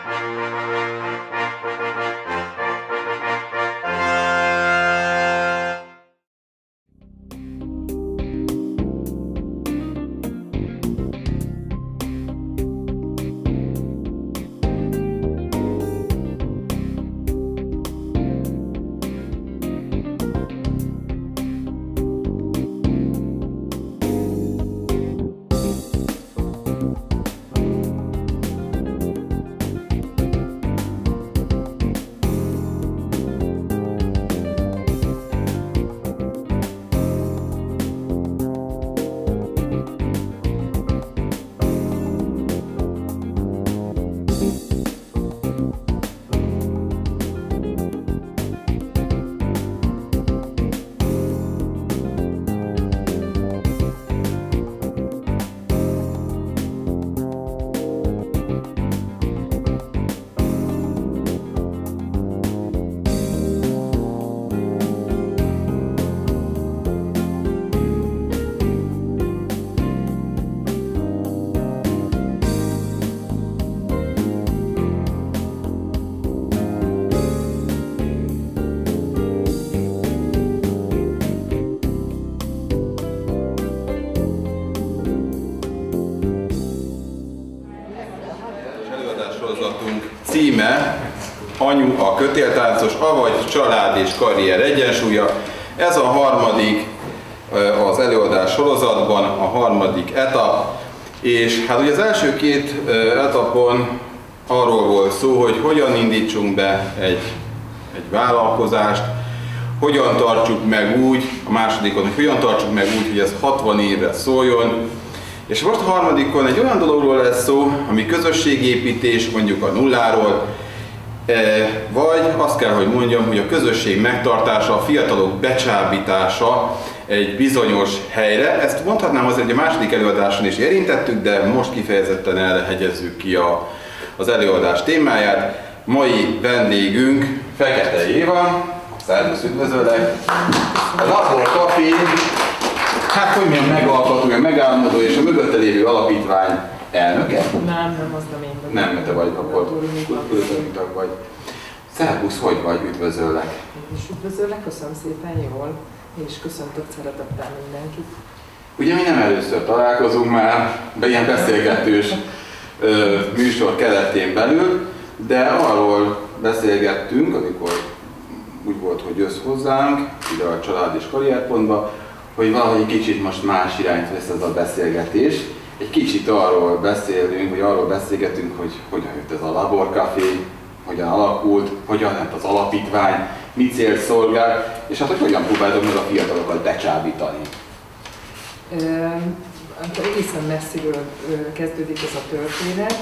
Címe Anyu a kötéltáncos, avagy család és karrier egyensúlya. Ez a harmadik az előadás sorozatban, a harmadik etap. És hát ugye az első két etapon arról volt szó, hogy hogyan indítsunk be egy vállalkozást, hogyan tartsuk meg úgy, a másodikon, hogy hogyan tartsuk meg úgy, hogy ez 60 évre szóljon. És most a harmadikon egy olyan dologról lesz szó, ami közösségépítés, mondjuk a nulláról, vagy azt kell, hogy mondjam, hogy a közösség megtartása, a fiatalok becsábítása egy bizonyos helyre. Ezt mondhatnám azért, hogy a második előadáson is érintettük, de most kifejezetten erre hegyezzük ki az előadás témáját. Mai vendégünk Fekete Éva, szervusz, üdvözöllek! A Labor Café, hát hogy milyen megalkotó, megálmodó és a mögötte lévő alapítvány elnöke? Nem, az nem én vagyok. Nem, te vagy, akkor kultúrtag vagy. Szervusz, hogy vagy? Üdvözöllek! Én is üdvözöllek, köszönöm szépen, jól, és köszöntök szeretettel mindenkit. Ugye mi nem először találkozunk már, ilyen beszélgetős műsor keretén belül, de arról beszélgettünk, amikor úgy volt, hogy jössz hozzánk, ide a Család és Karrierpontba, hogy valahogy kicsit most más irányt vesz ez a beszélgetés. Egy kicsit arról beszélünk, vagy arról beszélgetünk, hogy hogyan jött ez a Labor Café, hogyan alakult, hogyan lett az alapítvány, mi célt szolgál, és hát hogy hogyan próbáltok meg a fiatalokat becsábítani. Egészen messziről kezdődik ez a történet.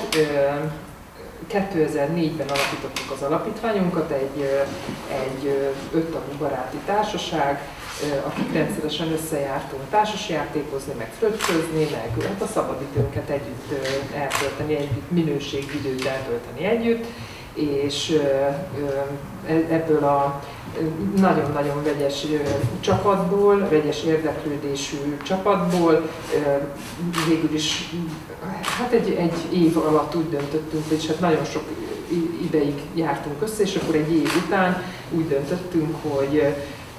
2004-ben alapítottuk az alapítványunkat, egy 5 tagú baráti társaság, akik rendszeresen összejártunk társasjátékozni, meg fröccsözni, meg hát a szabadidőnket együtt eltölteni, együtt minőségidőt eltölteni együtt, és ebből a nagyon-nagyon vegyes csapatból, vegyes érdeklődésű csapatból végül is hát egy év alatt úgy döntöttünk, és hát nagyon sok ideig jártunk össze, és akkor egy év után úgy döntöttünk, hogy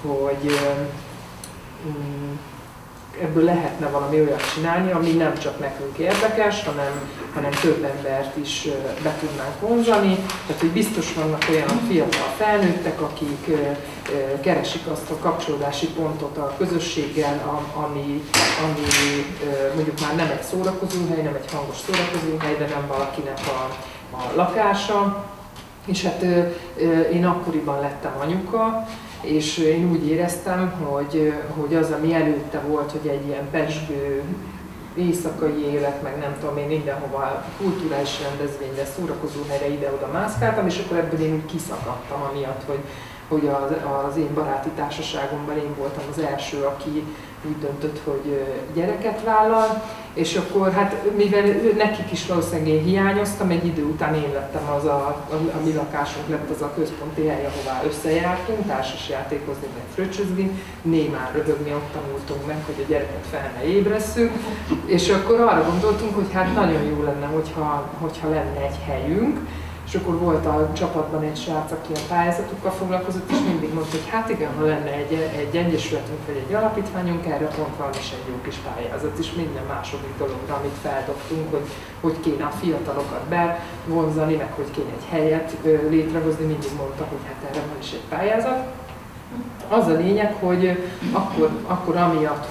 ebből lehetne valami olyat csinálni, ami nem csak nekünk érdekes, hanem több embert is be tudnánk vonzani. Tehát, hogy biztos vannak olyan fiatal felnőttek, akik keresik azt a kapcsolódási pontot a közösséggel, ami mondjuk már nem egy szórakozóhely, nem egy hangos szórakozóhely, de nem valakinek a lakása. És hát én akkoriban lettem anyuka, és én úgy éreztem, hogy az, ami előtte volt, hogy egy ilyen pezsgő éjszakai élet, meg nem tudom én mindenhova kulturális rendezvényre, szórakozóhelyre ide-oda mászkáltam, és akkor ebből én úgy kiszakadtam amiatt, hogy az én baráti társaságomban én voltam az első, aki úgy döntött, hogy gyereket vállal, és akkor hát mivel nekik is valószínűleg én hiányoztam, egy idő után én lettem a mi lakásunk lett az a központi hely, ahová összejártunk, társasjátékozni, meg fröccsözni, némán röhögni, ott tanultunk meg, hogy a gyereket fel ne ébresszünk, és akkor arra gondoltunk, hogy hát nagyon jó lenne, hogyha lenne egy helyünk, és akkor volt a csapatban egy srác, aki a pályázatokkal foglalkozott, és mindig mondta, hogy hát igen, ha lenne egy egyesületünk vagy egy alapítványunk, erre pont van is egy jó kis pályázat, és minden második dologra, amit feldobtunk, hogy kéne a fiatalokat bevonzani, meg hogy kéne egy helyet létrehozni, mindig mondta, hogy hát erre van is egy pályázat. Az a lényeg, hogy akkor amiatt,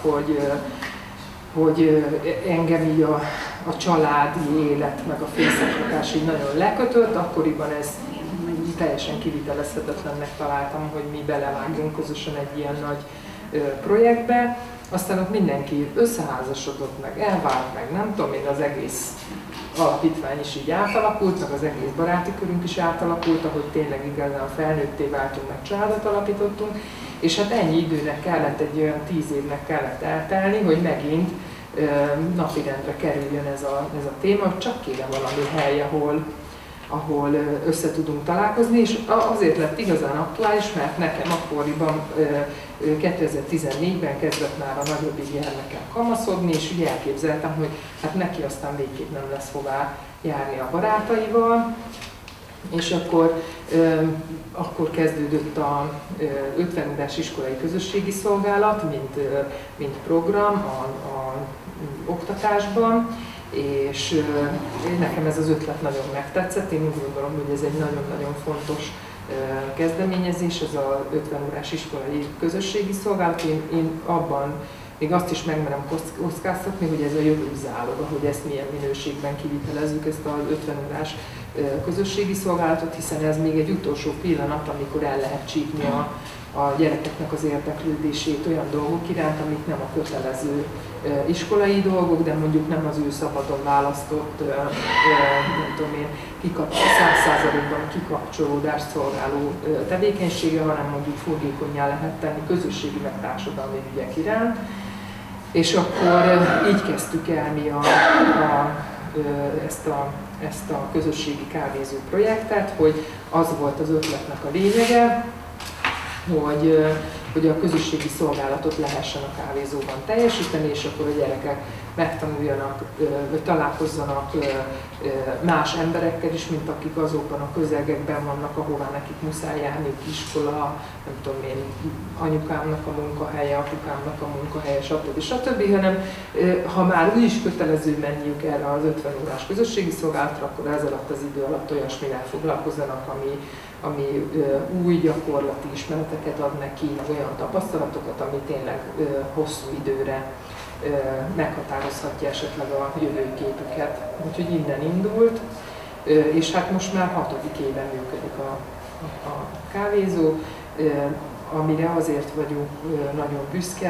hogy engem így a családi élet, meg a félszaklatás így nagyon lekötött, akkoriban ez teljesen kivitelezhetetlennek találtam, hogy mi belevágjunk közösen egy ilyen nagy projektbe. Aztán ott mindenki összeházasodott, meg elvált, meg nem tudom én, az egész alapítvány is így átalakult, meg az egész baráti körünk is átalakult, ahogy tényleg igazán felnőtté váltunk, meg családot alapítottunk, és hát ennyi időnek kellett, egy olyan 10 évnek kellett eltelni, hogy megint napirendre kerüljön ez a téma, hogy csak kéne valami hely, ahol össze tudunk találkozni, és azért lett igazán aktuális, mert nekem akkoriban 2014-ben kezdett már a nagyobbik gyermekem kamaszodni, és ugye elképzeltem, hogy hát neki aztán végképp nem lesz hová járni a barátaival, és akkor kezdődött a 50 órás iskolai közösségi szolgálat, mint program a oktatásban, és nekem ez az ötlet nagyon megtetszett. Én úgy gondolom, hogy ez egy nagyon-nagyon fontos kezdeményezés, ez az 50 órás iskolai közösségi szolgálat. Én abban még azt is megmerem kockáztatni, hogy ez a jövő záloga, hogy ezt milyen minőségben kivitelezzük, ezt az 50 órás közösségi szolgálatot, hiszen ez még egy utolsó pillanat, amikor el lehet csípni a gyerekeknek az érdeklődését olyan dolgok iránt, amik nem a kötelező iskolai dolgok, de mondjuk nem az ő szabadon választott, nem tudom én, 100%-ban kikapcsolódást szolgáló tevékenysége, hanem mondjuk fogékonnyá lehet tenni közösségi meg társadalmi ügyek iránt. És akkor így kezdtük el mi ezt a közösségi kávézó projektet, hogy az volt az ötletnek a lényege, hogy a közösségi szolgálatot lehessen a kávézóban teljesíteni, és akkor a gyerekek megtanuljanak, vagy találkozzanak más emberekkel is, mint akik azokban a közegekben vannak, ahová nekik muszáj járni, iskola, nem tudom én, anyukámnak a munkahelye, apukámnak a munkahelye, stb. Hanem ha már úgyis kötelező menniük erre az 50 órás közösségi szolgálatra, akkor ez alatt az idő alatt olyasmivel foglalkozzanak, ami új gyakorlati ismereteket ad neki, olyan tapasztalatokat, ami tényleg hosszú időre meghatározhatja esetleg a jövőképüket. Úgyhogy innen indult, és hát most már 6. éven működik a kávézó, amire azért vagyunk nagyon büszke,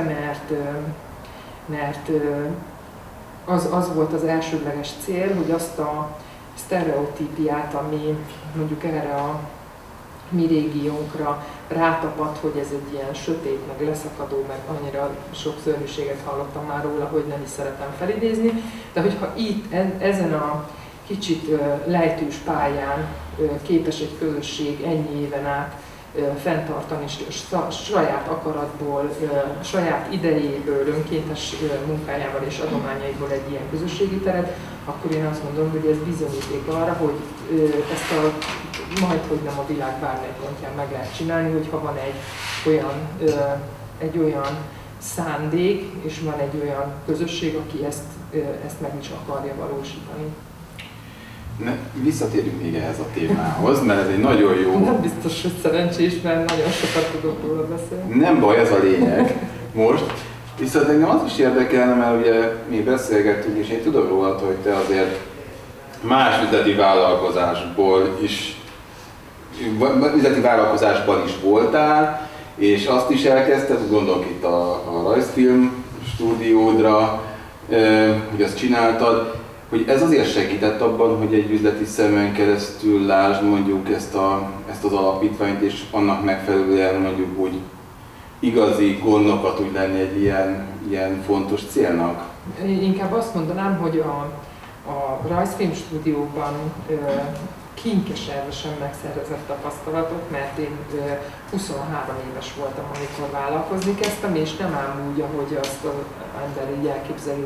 mert az volt az elsődleges cél, hogy azt a sztereotípiát, ami mondjuk erre a mi régiónkra rátapad, hogy ez egy ilyen sötét, meg leszakadó, meg annyira sok szörnyűséget hallottam már róla, hogy nem is szeretem felidézni. De hogyha itt ezen a kicsit lejtős pályán képes egy közösség ennyi éven át fenntartani, és saját akaratból, saját idejéből, önkéntes munkájával és adományaiból egy ilyen közösségi teret, akkor én azt mondom, hogy ez bizonyíték arra, hogy ezt majdhogy nem a világ bármely pontján meg lehet csinálni, hogyha van egy olyan szándék, és van egy olyan közösség, aki ezt meg is akarja valósítani. Visszatérünk még ehhez a témához, mert ez egy nagyon jó... Nem biztos, hogy szerencsés, mert nagyon sokat tudok róla beszélni. Nem baj, ez a lényeg most. Viszont engem az is érdekelne, mert ugye mi beszélgettünk, és én tudom rólad, hogy te azért más üzleti vállalkozásban is voltál, és azt is elkezdted, gondolok itt a rajzfilm stúdiódra, hogy azt csináltad, hogy ez azért segített abban, hogy egy üzleti szemen keresztül lásd mondjuk ezt az alapítványt, és annak megfelelően mondjuk úgy igazi gondokat úgy lenni egy ilyen fontos célnak? Inkább azt mondanám, hogy a rajzfilm stúdióban kinkeservesen megszerzett tapasztalatok, mert én 23 éves voltam, amikor vállalkozni kezdtem, és nem ám úgy, ahogy azt az ember így elképzeli, hogy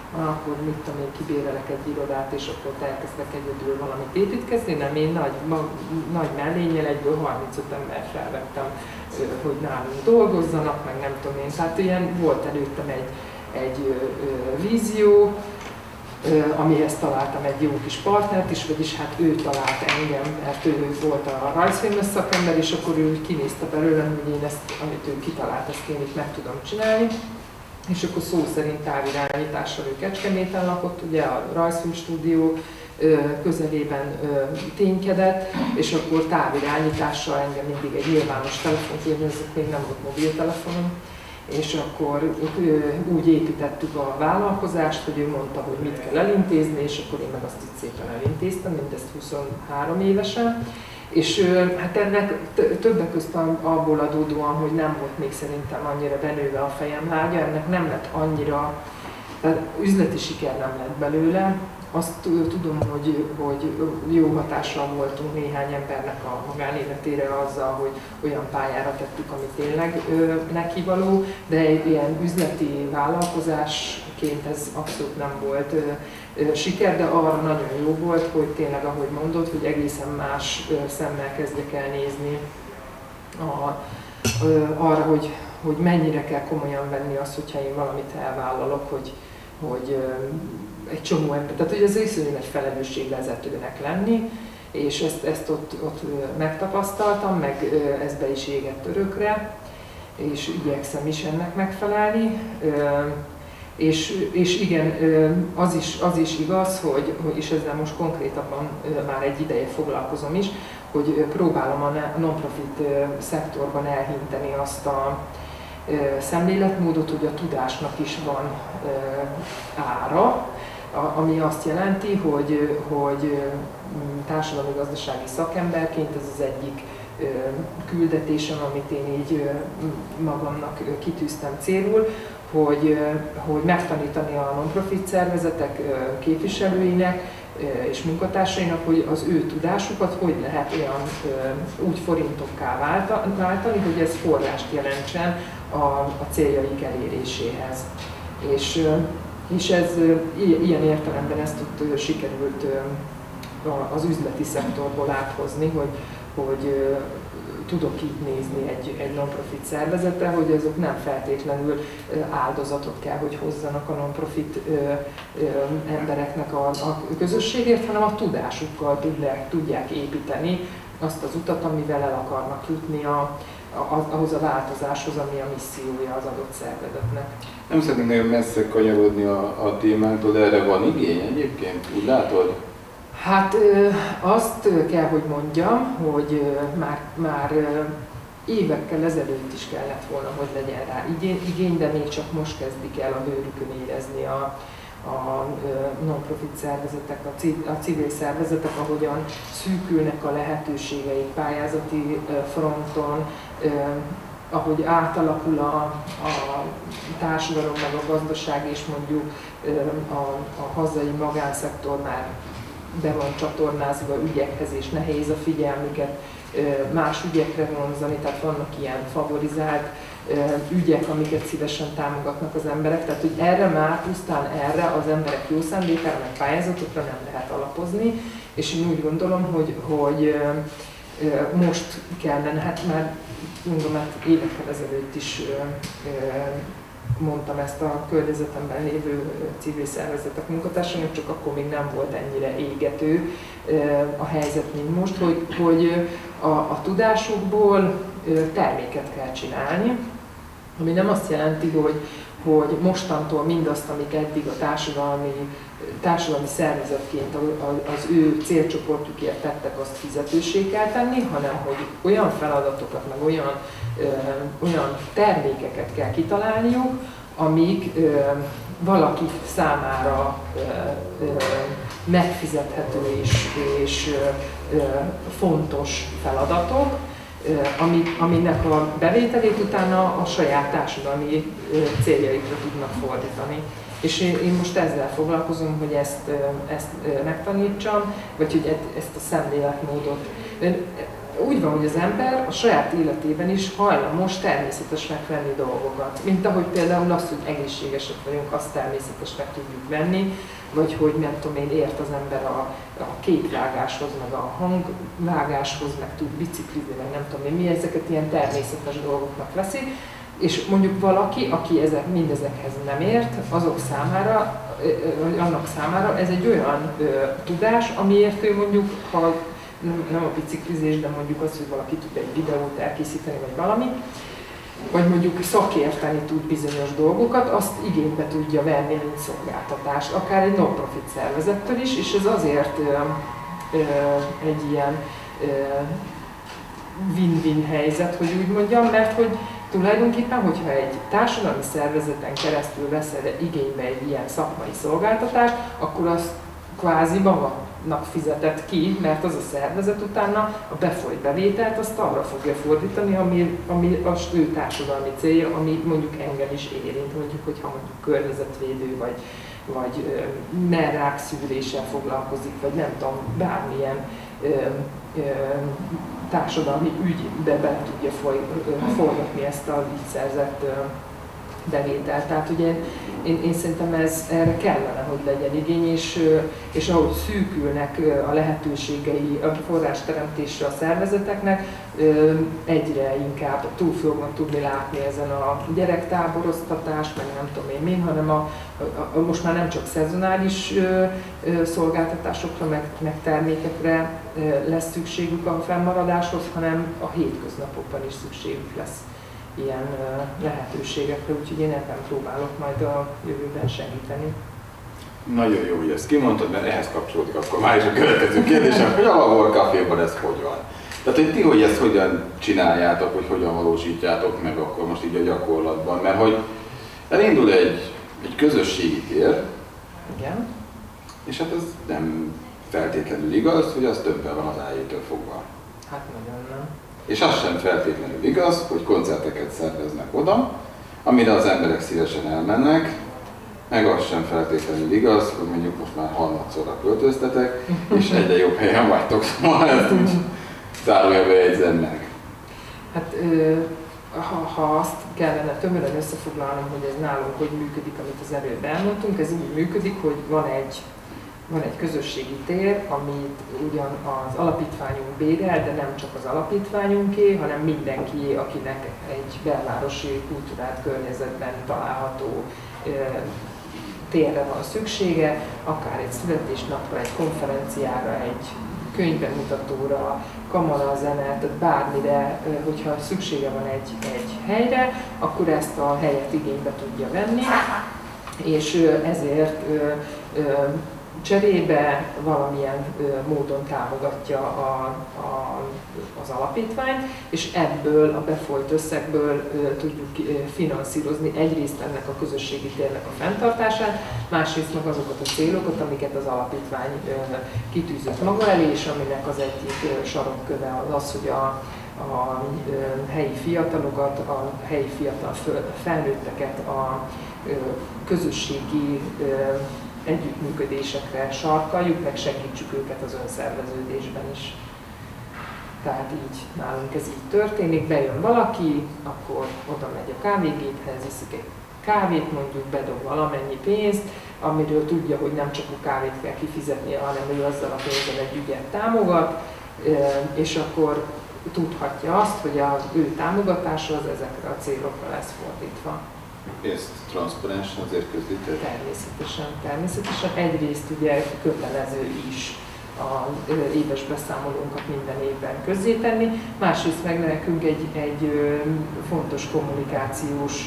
akkor mit tudom én, kibérelek egy irodát, és akkor elkezdek egyedül valamit építkezni, nem, én nagy mellénnyel egyből 35 embert felvettem, hogy nálunk dolgozzanak, meg nem tudom én. Tehát ilyen volt előttem egy vízió, amihez találtam egy jó kis partnert is, vagyis hát ő talált engem, mert ő volt a rajzfilmes szakember, és akkor ő kinézte belőlem, hogy én ezt, amit ő kitalált, ezt én itt meg tudom csinálni. És akkor szó szerint távirányítással ő Kecskeméten lakott, ugye a rajzfilmstúdió közelében ténykedett, és akkor távirányítással engem mindig egy nyilvános telefonkérnyezet, még nem volt mobiltelefonom, és akkor úgy építettük a vállalkozást, hogy ő mondta, hogy mit kell elintézni, és akkor én meg azt itt szépen elintéztem, mindezt 23 évesen. És hát ennek többek között abból adódóan, hogy nem volt még szerintem annyira benőve a fejem lágya, ennek nem lett annyira, tehát üzleti siker nem lett belőle. Azt tudom, hogy jó hatással voltunk néhány embernek a magánéletére azzal, hogy olyan pályára tettük, ami tényleg nekivaló, de egy ilyen üzleti vállalkozásként ez abszolút nem volt siker, de arra nagyon jó volt, hogy tényleg, ahogy mondod, hogy egészen más szemmel kezdjek el nézni arra, hogy mennyire kell komolyan venni azt, hogyha én valamit elvállalok, hogy egy csomó ember, tehát hogy ez iszonyú nagy felelősségvezetőnek lenni, és ezt ott megtapasztaltam, meg ez be is égett örökre, és igyekszem is ennek megfelelni. És igen, az is igaz, és ezzel most konkrétabban már egy ideje foglalkozom is, hogy próbálom a non-profit szektorban elhinteni azt a szemléletmódot, hogy a tudásnak is van ára, ami azt jelenti, hogy társadalmi-gazdasági szakemberként ez az egyik küldetésem, amit én így magamnak kitűztem célul, hogy megtanítani a non-profit szervezetek képviselőinek és munkatársainak, hogy az ő tudásukat hogy lehet olyan úgy forintokká váltani, hogy ez forrást jelentsen a céljaik eléréséhez. És ez ilyen értelemben ezt ott sikerült az üzleti szektorból áthozni, hogy tudok így nézni egy non-profit szervezetre, hogy azok nem feltétlenül áldozatot kell, hogy hozzanak a non-profit embereknek a közösségért, hanem a tudásukkal tudják építeni azt az utat, amivel el akarnak jutni ahhoz a változáshoz, ami a missziója az adott szervezetnek. Nem szeretnék nagyon messze kanyarodni a témánktól, de erre van igény egyébként? Úgy látod? Hát azt kell, hogy mondjam, hogy már évekkel ezelőtt is kellett volna, hogy legyen rá igény, de még csak most kezdik el a bőrükön érezni a non-profit szervezetek, a civil szervezetek, ahogyan szűkülnek a lehetőségeik pályázati fronton, ahogy átalakul a társadalom, meg a gazdaság, és mondjuk a hazai magánszektor már be van csatornázva ügyekhez, és nehéz a figyelmüket más ügyekre vonzani, tehát vannak ilyen favorizált ügyek, amiket szívesen támogatnak az emberek, tehát hogy erre már pusztán erre az emberek jó szándékára, meg pályázatokra nem lehet alapozni, és én úgy gondolom, hogy most kellene, hát már mondom, hát évekkel ezelőtt is mondtam ezt a környezetemben lévő civil szervezetek munkatársainak, csak akkor még nem volt ennyire égető a helyzet, mint most, hogy a tudásukból terméket kell csinálni, ami nem azt jelenti, hogy mostantól mindazt, amik eddig a társadalmi szervezetként az ő célcsoportjukért tettek, azt fizetőssé kell tenni, hanem hogy olyan feladatokat, meg olyan termékeket kell kitalálniuk, amik valaki számára megfizethető és fontos feladatok, aminek a bevételét utána a saját társadalmi céljaikra tudnak fordítani. És én most ezzel foglalkozom, hogy ezt megtanítsam, vagy hogy ezt a szemléletmódot. Úgy van, hogy az ember a saját életében is hajlamos természetesnek venni dolgokat. Mint ahogy például azt, hogy egészségesek vagyunk, azt természetesnek tudjuk venni, vagy hogy nem tudom én, ért az ember a képvágáshoz, meg a hangvágáshoz, meg tud biciklizni, meg nem tudom én mi, ezeket ilyen természetes dolgoknak veszi. És mondjuk valaki, aki mindezekhez nem ért, azok számára, vagy annak számára ez egy olyan tudás, amiért ő mondjuk, ha nem a biciklizés, de mondjuk az, hogy valaki tud egy videót elkészíteni, vagy valami, vagy mondjuk szakérteni tud bizonyos dolgokat, azt igénybe tudja venni, mint szolgáltatást, akár egy non-profit szervezettől is, és ez azért egy ilyen win-win helyzet, hogy úgy mondjam, mert hogy tulajdonképpen, hogyha egy társadalmi szervezeten keresztül veszel igénybe egy ilyen szakmai szolgáltatást, akkor azt kvázi magadnak fizetett ki, mert az a szervezet utána a befolyt bevételt azt arra fogja fordítani, ami az ő társadalmi célja, ami mondjuk engem is érint, mondjuk, hogyha mondjuk környezetvédő vagy merrák szűréssel foglalkozik, vagy nem tudom, bármilyen társadalmi ügybe be tudja forgatni ezt a így szerzett bevételt. Tehát ugye én szerintem erre kellene, hogy legyen igény, és ahogy szűkülnek a lehetőségei a forrásteremtésre a szervezeteknek, egyre inkább túl fognak tudni látni ezen a gyerektáboroztatást, meg nem tudom én min, hanem most már nem csak szezonális szolgáltatásokra, meg termékekre lesz szükségük a fennmaradáshoz, hanem a hétköznapokban is szükségük lesz ilyen lehetőségekre, úgyhogy én ebben próbálok majd a jövőben segíteni. Nagyon jó, hogy ezt kimondtad, mert ehhez kapcsolódik akkor már is a következő kérdésem, hogy a Lavor Caféban ez hogy van? Tehát, hogy ti hogy ezt hogyan csináljátok, hogy hogyan valósítjátok meg akkor most így a gyakorlatban, mert hogy elindul egy közösségi tér, igen. És hát ez nem feltétlenül igaz, hogy az többen van az ájétől fogva. Hát nagyon nem. És az sem feltétlenül igaz, hogy koncerteket szerveznek oda, amire az emberek szívesen elmennek, meg az sem feltétlenül igaz, hogy mondjuk most már harmadszorra költöztetek, és egyre jobb helyen vagytok, szóval ezt úgy zárójelbe jegyzem meg. Hát ha azt kellene tömören összefoglalnom, hogy ez nálunk hogy működik, amit az előbb elmondtunk, ez úgy működik, hogy van egy közösségi tér, amit ugyan az alapítványunk bérel, de nem csak az alapítványunké, hanem mindenki, akinek egy belvárosi kulturált környezetben található térre van szüksége, akár egy születésnapra, egy konferenciára, egy könyvbemutatóra, kamarazene, tehát bármire, hogyha szüksége van egy helyre, akkor ezt a helyet igénybe tudja venni, és ezért cserébe valamilyen módon támogatja az alapítványt, és ebből a befolyt összegből tudjuk finanszírozni egyrészt ennek a közösségi térnek a fenntartását, másrészt meg azokat a célokat, amiket az alapítvány kitűzött maga elé, és aminek az egyik sarokköve az, hogy a helyi fiatalokat, a helyi fiatal felnőtteket a közösségi együttműködésekre sarkaljuk, meg segítsük őket az önszerveződésben is. Tehát így nálunk ez így történik, bejön valaki, akkor oda megy a kávégéphez, iszik egy kávét, mondjuk bedob valamennyi pénzt, amiről tudja, hogy nem csak a kávét kell kifizetnie, hanem ő azzal a pénzzel egy ügyet támogat, és akkor tudhatja azt, hogy az ő támogatása az ezekre a célokra lesz fordítva. Ezt transzparensen azért közlitek? Természetesen. Egyrészt ugye kötelező is az éves beszámolónkat minden évben közzétenni, másrészt meg nekünk egy fontos kommunikációs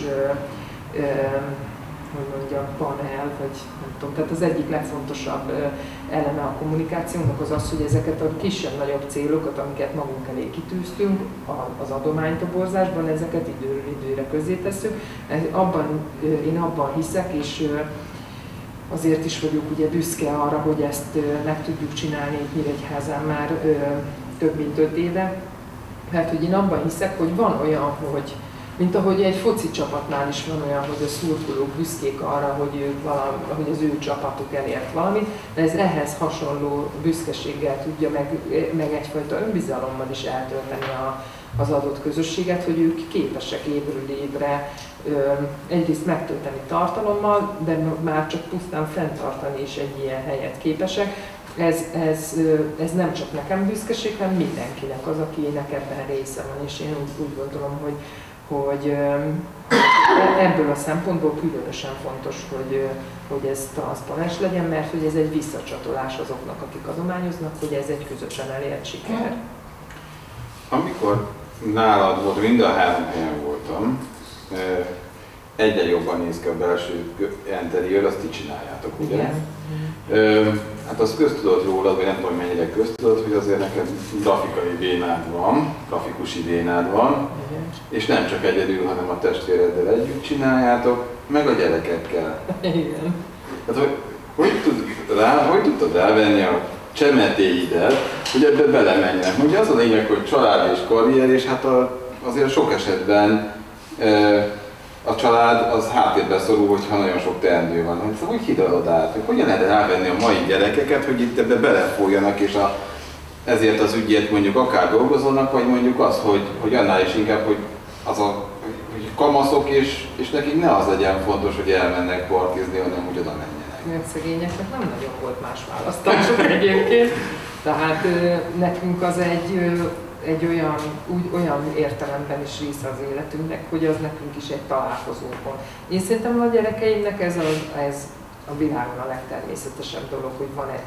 panel, vagy nem tudom, tehát az egyik legfontosabb eleme a kommunikációnak az, hogy ezeket a kisebb-nagyobb célokat, amiket magunk elé kitűztünk az adománytoborzásban, ezeket időről időre közzétesszük. Én abban hiszek, és azért is vagyok ugye büszke arra, hogy ezt meg tudjuk csinálni itt Nyíregyházán már több mint 5 éve, mert hogy én abban hiszek, hogy van olyan, hogy Mint ahogy egy foci csapatnál is van olyan, hogy a szurkolók büszkék arra, hogy az ő csapatuk elért valamit, de ez ehhez hasonló büszkeséggel tudja meg egyfajta önbizalommal is eltölteni az adott közösséget, hogy ők képesek évről évre egyrészt megtölteni tartalommal, de már csak pusztán fenntartani is egy ilyen helyet képesek. Ez nem csak nekem büszkeség, hanem mindenkinek az, akinek ebben része van, és én úgy gondolom, hogy ebből a szempontból különösen fontos, hogy ez transzparens legyen, mert hogy ez egy visszacsatolás azoknak, akik adományoznak, hogy ez egy közösen elért siker. Amikor nálad volt, mind a 3 helyen voltam, egyre jobban néz ki a belső interiőr, azt ti csináljátok, ugye? Igen. Hát az köztudott rólad, vagy nem tudom mennyire köztudott, hogy azért neked grafikai vénád van, grafikusi vénád van, igen. És nem csak egyedül, hanem a testvéreddel együtt csináljátok, meg a gyerekekkel. Igen. Hát hogy tudtad elvenni a csemetéidet, hogy ebbe belemenjenek? Ugye az a lényeg, hogy család és karrier, és hát azért sok esetben a család az háttérbe szorul, hogyha nagyon sok teendő van. Szóval úgy hidalod át, hogy hogyan lehet rávenni a mai gyerekeket, hogy itt ebbe belefoljanak, és ezért az ügyért mondjuk akár dolgozzanak, vagy mondjuk az, hogy annál is inkább, hogy hogy kamaszok, és nekik ne az legyen fontos, hogy elmennek partizni, hanem úgy oda menjenek. Mert szegényeknek nem nagyon volt más választások egyébként. Tehát nekünk az egy olyan értelemben is része az életünknek, hogy az nekünk is egy találkozópont. Én szerintem a gyerekeimnek ez a világon a legtermészetesebb dolog, hogy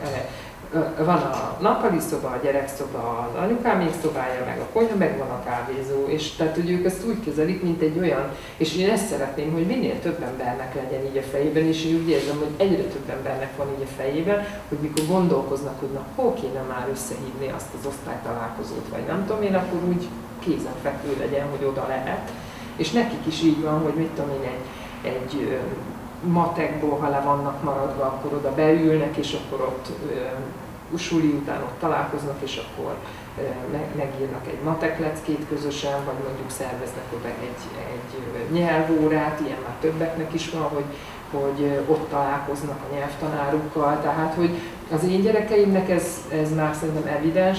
van a nappali szoba, a gyerekszoba, az anyukámék szobája, meg a konyha, meg van a kávézó, és tehát, hogy ők ezt úgy kezelik, mint egy olyan, és én ezt szeretném, hogy minél több embernek legyen így a fejében, és én úgy érzem, hogy egyre több embernek van így a fejében, hogy mikor gondolkoznak, hogy na, hol kéne már összehívni azt az osztálytalálkozót, vagy nem tudom én, akkor úgy kézenfekvő legyen, hogy oda lehet. És nekik is így van, hogy mit tudom én, egy matekból, ha le vannak maradva, akkor oda beülnek, és akkor ott suli után ott találkoznak, és akkor megírnak egy matekleckét közösen, vagy mondjuk szerveznek oda egy nyelvórát, ilyen már többeknek is van, hogy ott találkoznak a nyelvtanárukkal, tehát hogy az én gyerekeimnek ez már szerintem evidens,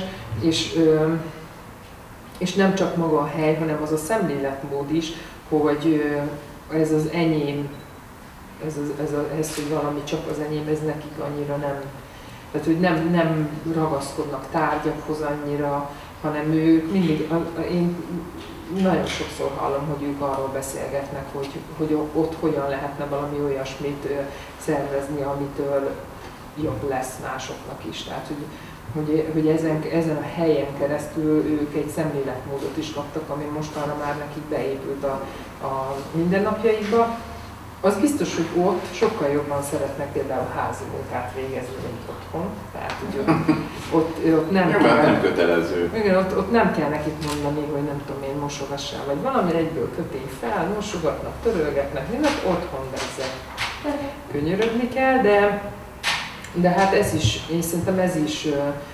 és nem csak maga a hely, hanem az a szemléletmód is, hogy ez az enyém, ez, hogy valami csak az enyém, ez nekik annyira nem, tehát hogy nem ragaszkodnak tárgyakhoz annyira, hanem ők mindig, én nagyon sokszor hallom, hogy ők arról beszélgetnek, hogy ott hogyan lehetne valami olyasmit szervezni, amitől jobb lesz másoknak is. Tehát, hogy ezen a helyen keresztül ők egy szemléletmódot is kaptak, ami mostanra már nekik beépült a mindennapjaikba. Az biztos, hogy ott sokkal jobban szeretnek például házi munkát végezni, mint otthon. Tehát, hogy ott nem kell, nem kötelező. Igen, ott nem kell nekik mondani, hogy nem tudom én, mosogassál, vagy valami egyből kötény fel, mosogatnak, törölgetnek, mindent otthon bezzek. Könyörögni kell, de hát ez is, én szerintem ez is,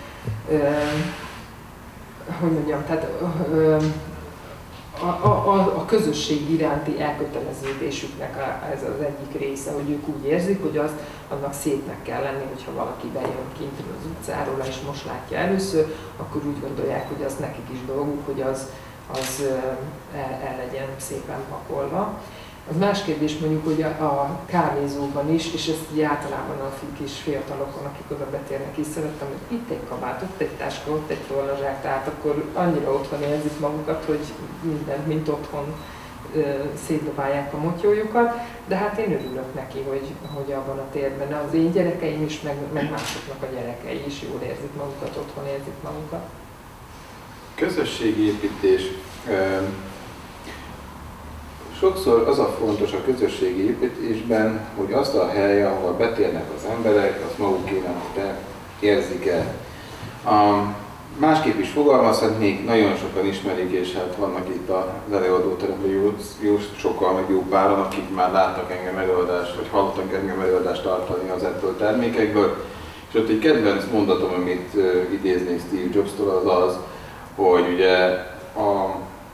hogy mondjam, tehát a közösség iránti elköteleződésüknek ez az egyik része, hogy ők úgy érzik, hogy annak szépnek kell lenni, hogyha valaki bejön kintről az utcáról, és most látja először, akkor úgy gondolják, hogy az nekik is dolguk, hogy az el legyen szépen pakolva. Az más kérdés mondjuk, hogy a kávézóban is, és ezt így általában a kis fiatalokon, akik oda betérnek is szerettem, hogy itt egy kabát, ott egy táska, ott egy tollazsák, tehát akkor annyira otthon érzik magukat, hogy mindent, mint otthon szétdobálják a motyójukat, de hát én örülök neki, hogy abban a térben az én gyerekeim is, meg másoknak a gyerekei is jól érzik magukat, otthon érzik magukat. Közösségépítés. Sokszor az a fontos a közösségi építésben, hogy azt a hely, ahol betérnek az emberek, azt magukének érzik el. Másképp is fogalmazhatnék, nagyon sokan ismerik, és hát vannak itt az előadóteremben jó sokan, meg jó páran, akik már láttak engem előadást, vagy hallottak engem előadást tartani az Apple termékekből. És ott egy kedvenc mondatom, amit idéznék Steve Jobs-tól, az az, hogy ugye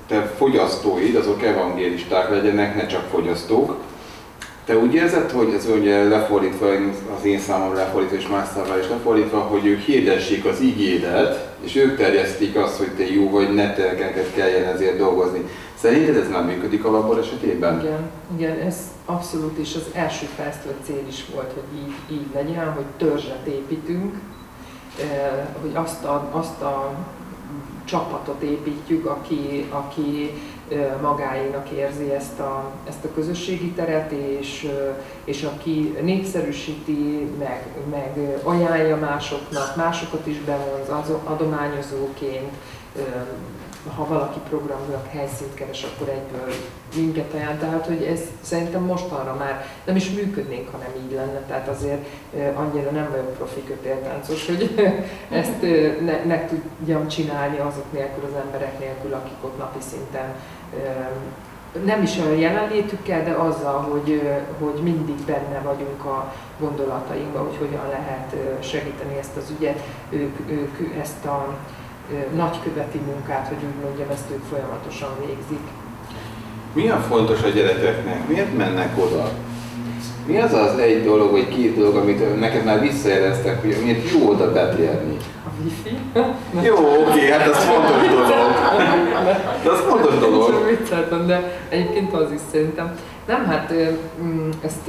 te fogyasztóid, azok evangélisták legyenek, ne csak fogyasztók. Te úgy érzed, hogy ez ugye lefordítva, az én számomra lefordítva és más számomra is lefordítva, hogy ők hirdessék az igédet, és ők terjesztik azt, hogy te jó vagy, ne neked kelljen ezért dolgozni. Szerinted ez nem működik a labor esetében? Igen, ez abszolút is az első fejlesztő cél is volt, hogy így legyen, hogy törzset építünk, hogy azt a csapatot építjük, aki magáénak érzi ezt a közösségi teret, és aki népszerűsíti, meg ajánlja másoknak, másokat is bevonz adományozóként. Ha valaki programnak helyszínt keres, akkor egyből minket ajánl. Tehát, hogy ez szerintem mostanra már nem is működnénk, ha nem így lenne. Tehát azért annyira nem vagyok profi kötéltáncos, hogy ezt ne tudjam csinálni azok nélkül, az emberek nélkül, akik ott napi szinten nem is a jelenlétükkel, de azzal, hogy mindig benne vagyunk a gondolatainkban, hogy hogyan lehet segíteni ezt az ügyet. Ők ezt a nagyköveti munkát, hogy úgy mondjam, ezt ők folyamatosan végzik. Milyen fontos a gyerekeknek? Miért mennek oda? Mi az az egy dolog, vagy két dolog, amit neked már visszajeleztek, hogy miért jó oda betérni? A wifi? Jó, oké, hát ez fontos dolog. De az fontos dolog. Csak vicceltem, de egyébként az is szerintem. Nem, hát ezt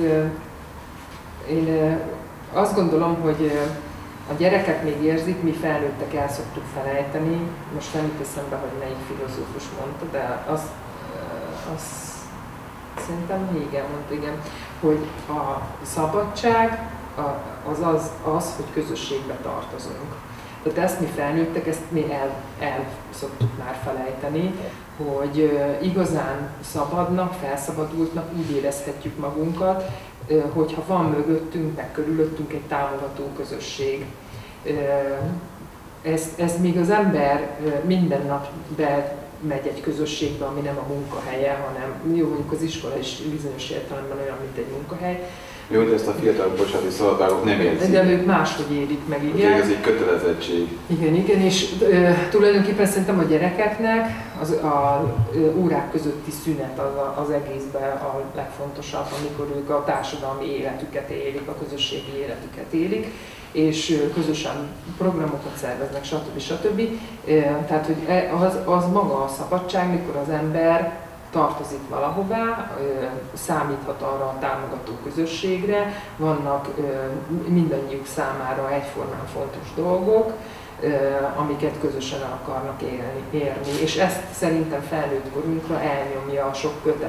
én azt gondolom, hogy a gyerekek még érzik, mi felnőttek el szoktuk felejteni. Most nem jut eszembe, hogy melyik filozófus mondta, de az szerintem igen mondta, igen, hogy a szabadság az, hogy közösségbe tartozunk. Tehát ezt mi felnőttek, ezt mi el szoktuk már felejteni, hogy igazán szabadnak, felszabadultnak úgy érezhetjük magunkat, hogyha van mögöttünk, meg körülöttünk egy támogató közösség. Ez míg az ember minden nap bemegy egy közösségbe, ami nem a munkahelye, hanem jó, mondjuk az iskola is bizonyos értelemben olyan, mint egy munkahely. Jó, de ezt a fiatalok, bocsánati szabadságok nem érzik. De ők máshogy érik meg, igen. Ez egy kötelezettség. Igen, és tulajdonképpen szerintem a gyerekeknek a órák közötti szünet az egészben a legfontosabb, amikor ők a társadalmi életüket élik, a közösségi életüket élik, és közösen programokat szerveznek, stb. Tehát, hogy az maga a szabadság, mikor az ember tartozik valahová, számíthat arra a támogató közösségre, vannak mindannyiuk számára egyformán fontos dolgok, amiket közösen akarnak érni. És ezt szerintem felnőtt korunkra elnyomja a sok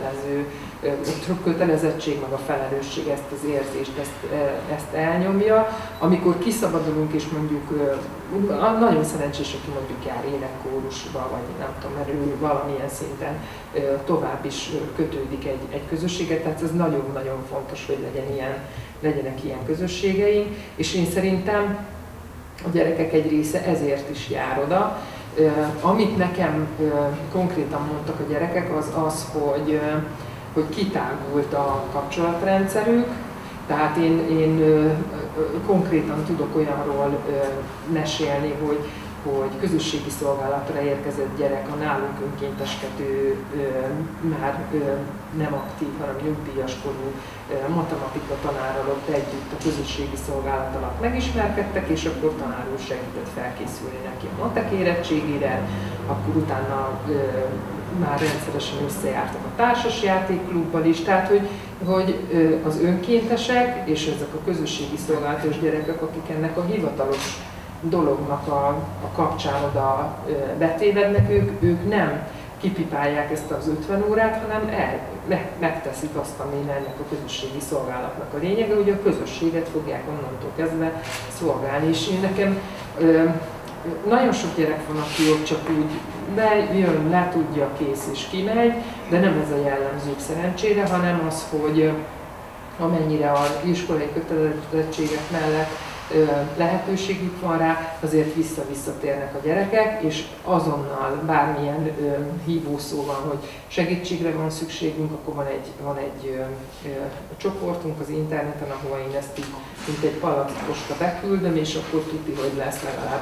kötelezettség, meg a felelősség, ezt az érzést, ezt elnyomja. Amikor kiszabadulunk és mondjuk, nagyon szerencsés, aki mondjuk jár énekkórusba, vagy nem tudom, mert ő valamilyen szinten tovább is kötődik egy közösséget, tehát ez nagyon-nagyon fontos, hogy legyenek ilyen közösségeink, és én szerintem a gyerekek egy része ezért is jár oda. Amit nekem konkrétan mondtak a gyerekek, az hogy kitágult a kapcsolatrendszerük, tehát én konkrétan tudok olyanról mesélni, hogy közösségi szolgálatra érkezett gyerek, a nálunk önkénteskedő, már nem aktív, hanem nyugdíjas korú matematika tanárral ott együtt a közösségi szolgálat alatt megismerkedtek, és akkor tanár úr segített felkészülni neki a matek érettségére, akkor utána már rendszeresen összejártak a társasjátékklubbal is, tehát hogy az önkéntesek és ezek a közösségi szolgálatos gyerekek, akik ennek a hivatalos dolognak a kapcsán oda betévednek, ők nem kipipálják ezt az 50 órát, hanem megteszik azt, ami ennek a közösségi szolgálatnak a lényege, hogy a közösséget fogják onnantól kezdve szolgálni. És én nekem nagyon sok gyerek van, aki ott csak úgy bejön, letudja, kész és kimegy, de nem ez a jellemző szerencsére, hanem az, hogy amennyire az iskolai kötelezettségek mellett lehetőségük van rá, azért visszatérnek a gyerekek, és azonnal bármilyen hívószó van, hogy segítségre van szükségünk, akkor van egy csoportunk az interneten, ahova én ezt így, mint egy palackosta beküldöm, és akkor tudni, hogy lesz legalább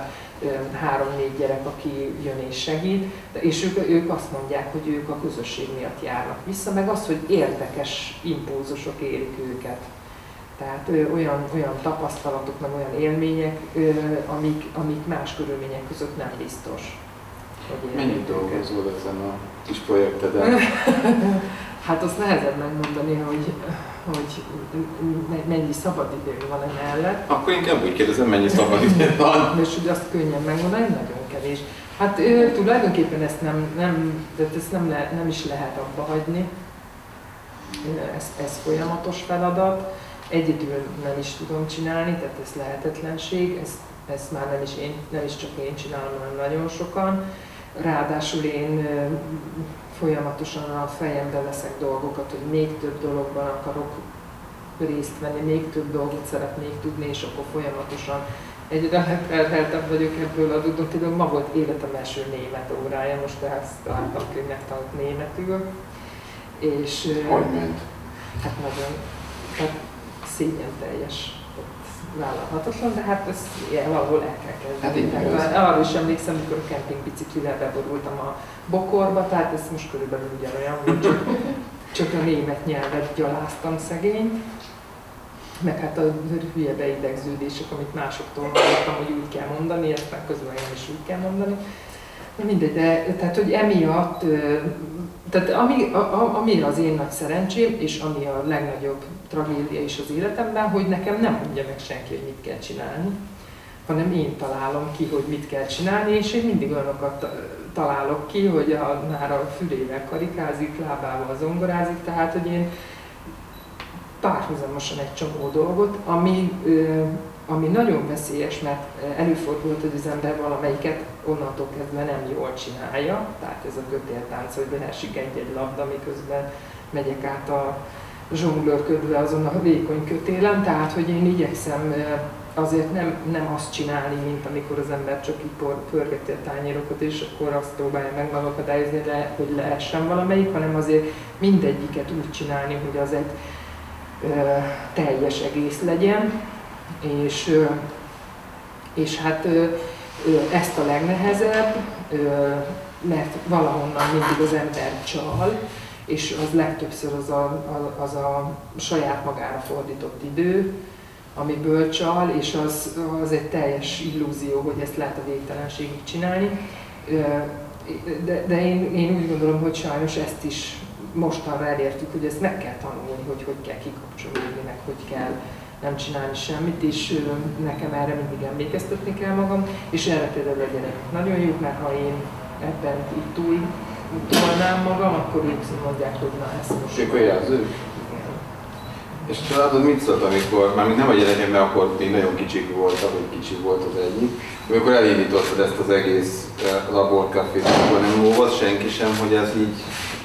3-4 gyerek, aki jön és segít, és ők azt mondják, hogy ők a közösség miatt járnak vissza, meg az, hogy érdekes impulzusok érik őket. Tehát olyan tapasztalatok, meg olyan élmények, amik más körülmények között nem biztos. Mennyit dolgozol ezen a kis projekteden? Hát azt nehezebb megmondani, hogy mennyi szabadidő van emellett. Akkor inkább úgy kérdezem, mennyi szabadidő van. És hogy azt könnyen megmondani, nagyon kevés. Hát tulajdonképpen ezt nem is lehet abba hagyni. Ez folyamatos feladat. Egyedül nem is tudom csinálni, tehát ez lehetetlenség. Ezt már nem is csak én csinálom, hanem nagyon sokan. Ráadásul én folyamatosan a fejembe veszek dolgokat, hogy még több dologban akarok részt venni, még több dolgot szeretnék tudni, és akkor folyamatosan egyre leterheltebb vagyok ebből adódóan. Tudom, ma volt életem első német órája, most ezt találtam, hogy megtanult németül. És, hogy ment? Hát nagyon, hát szégyen teljes. Vállalhatatlan, de hát ezt valahol el kell kezdeni. Hát arra is emlékszem, amikor a kempingbiciklivel beborultam a bokorba, tehát ez most körülbelül ugyanolyan, hogy csak a német nyelvet gyaláztam szegény. Meg hát a hülye beidegződések, amit másoktól hallottam, hogy úgy kell mondani, aztán közben én is úgy kell mondani. Mindegy, de tehát, hogy emiatt, tehát ami az én nagy szerencsém, és ami a legnagyobb tragédia is az életemben, hogy nekem nem mondja meg senki, hogy mit kell csinálni, hanem én találom ki, hogy mit kell csinálni, és én mindig olyanokat találok ki, hogy már a fülével karikázik, lábával zongorázik, tehát, hogy én párhuzamosan egy csomó dolgot, ami nagyon veszélyes, mert előfordult, hogy az ember valamelyiket onnantól kezdve nem jól csinálja, tehát ez a kötéltánc, hogy leesik egy labda, miközben megyek át a zsonglőrködve azon a vékony kötélen, tehát hogy én igyekszem azért nem azt csinálni, mint amikor az ember csak így pörgeti a tányérokat, és akkor azt próbálja meg megakadályozni, hogy leessen valamelyik, hanem azért mindegyiket úgy csinálni, hogy az egy teljes egész legyen, és hát ezt a legnehezebb, mert valahonnan mindig az ember csal, és az legtöbbször az a saját magára fordított idő, amiből csal, és az egy teljes illúzió, hogy ezt lehet a végtelenségig csinálni. De én úgy gondolom, hogy sajnos ezt is mostanra elértük, hogy ezt meg kell tanulni, hogy kell kikapcsolódni, meg hogy kell nem csinálni semmit, és nekem erre mindig emlékeztetni kell magam, és erre például a gyerekek nagyon jók, mert ha én ebben így túltolnám magam, akkor ők mondják, hogy na ezt most... Ők a jelzők? És a családod mit szólt, amikor, mármint nem a gyerekemben, akkor még nagyon kicsik voltak, vagy kicsi volt az egyik, amikor elindítottad ezt az egész laborkafét, akkor nem óvott senki sem, hogy ez így...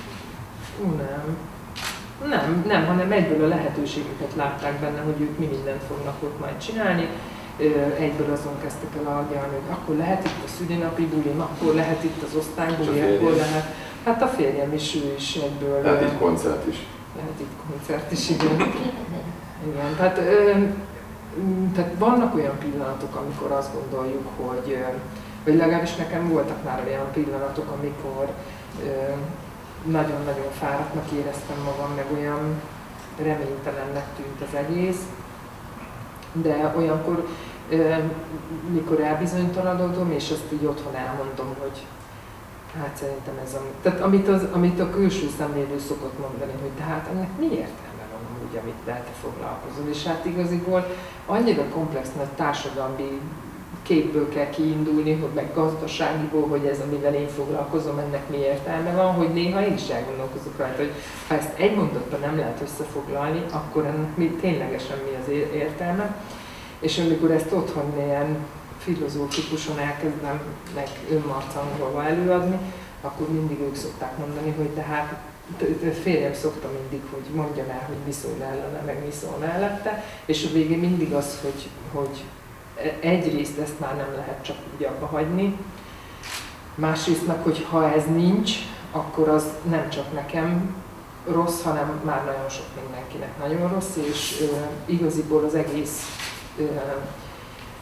Nem, hanem egyből a lehetőségeket látták benne, hogy ők mi mindent fognak ott majd csinálni. Egyből azon kezdtek el agyalni, hogy akkor lehet itt a szülinapi bulim, akkor lehet itt az osztálybuli, akkor lehet. Hát a férjem is, ő is egyből... Lehet itt koncert is. Lehet itt koncert is, igen. Igen, tehát vannak olyan pillanatok, amikor azt gondoljuk, hogy legalábbis nekem voltak már olyan pillanatok, amikor nagyon-nagyon fáradtnak éreztem magam, meg olyan reménytelennek tűnt az egész. De olyankor, mikor elbizonytalanodom, és azt így otthon elmondom, hogy hát szerintem ez tehát amit a külső szemlélő szokott mondani, hogy de hát ennek mi értelme van úgy, amit te foglalkozol. És hát igaziból annyira komplex nagy társadalmi képből kell kiindulni, hogy meg gazdaságiból, hogy ez, amivel én foglalkozom, ennek mi értelme van, hogy néha én is elgondolkozok rajta, hogy ha ezt egy mondatban nem lehet összefoglalni, akkor ennek ténylegesen mi az értelme. És amikor ezt otthon ilyen filozófikusan elkezdem meg önmarcangolva előadni, akkor mindig ők szokták mondani, hogy tehát férjem szokta mindig, hogy mondjam el, hogy mi szól ellene, meg mi szól mellette, és a végén mindig az, hogy egyrészt ezt már nem lehet csak úgy abba hagyni, másrészt meg, hogy ha ez nincs, akkor az nem csak nekem rossz, hanem már nagyon sok mindenkinek nagyon rossz, és igaziból az egész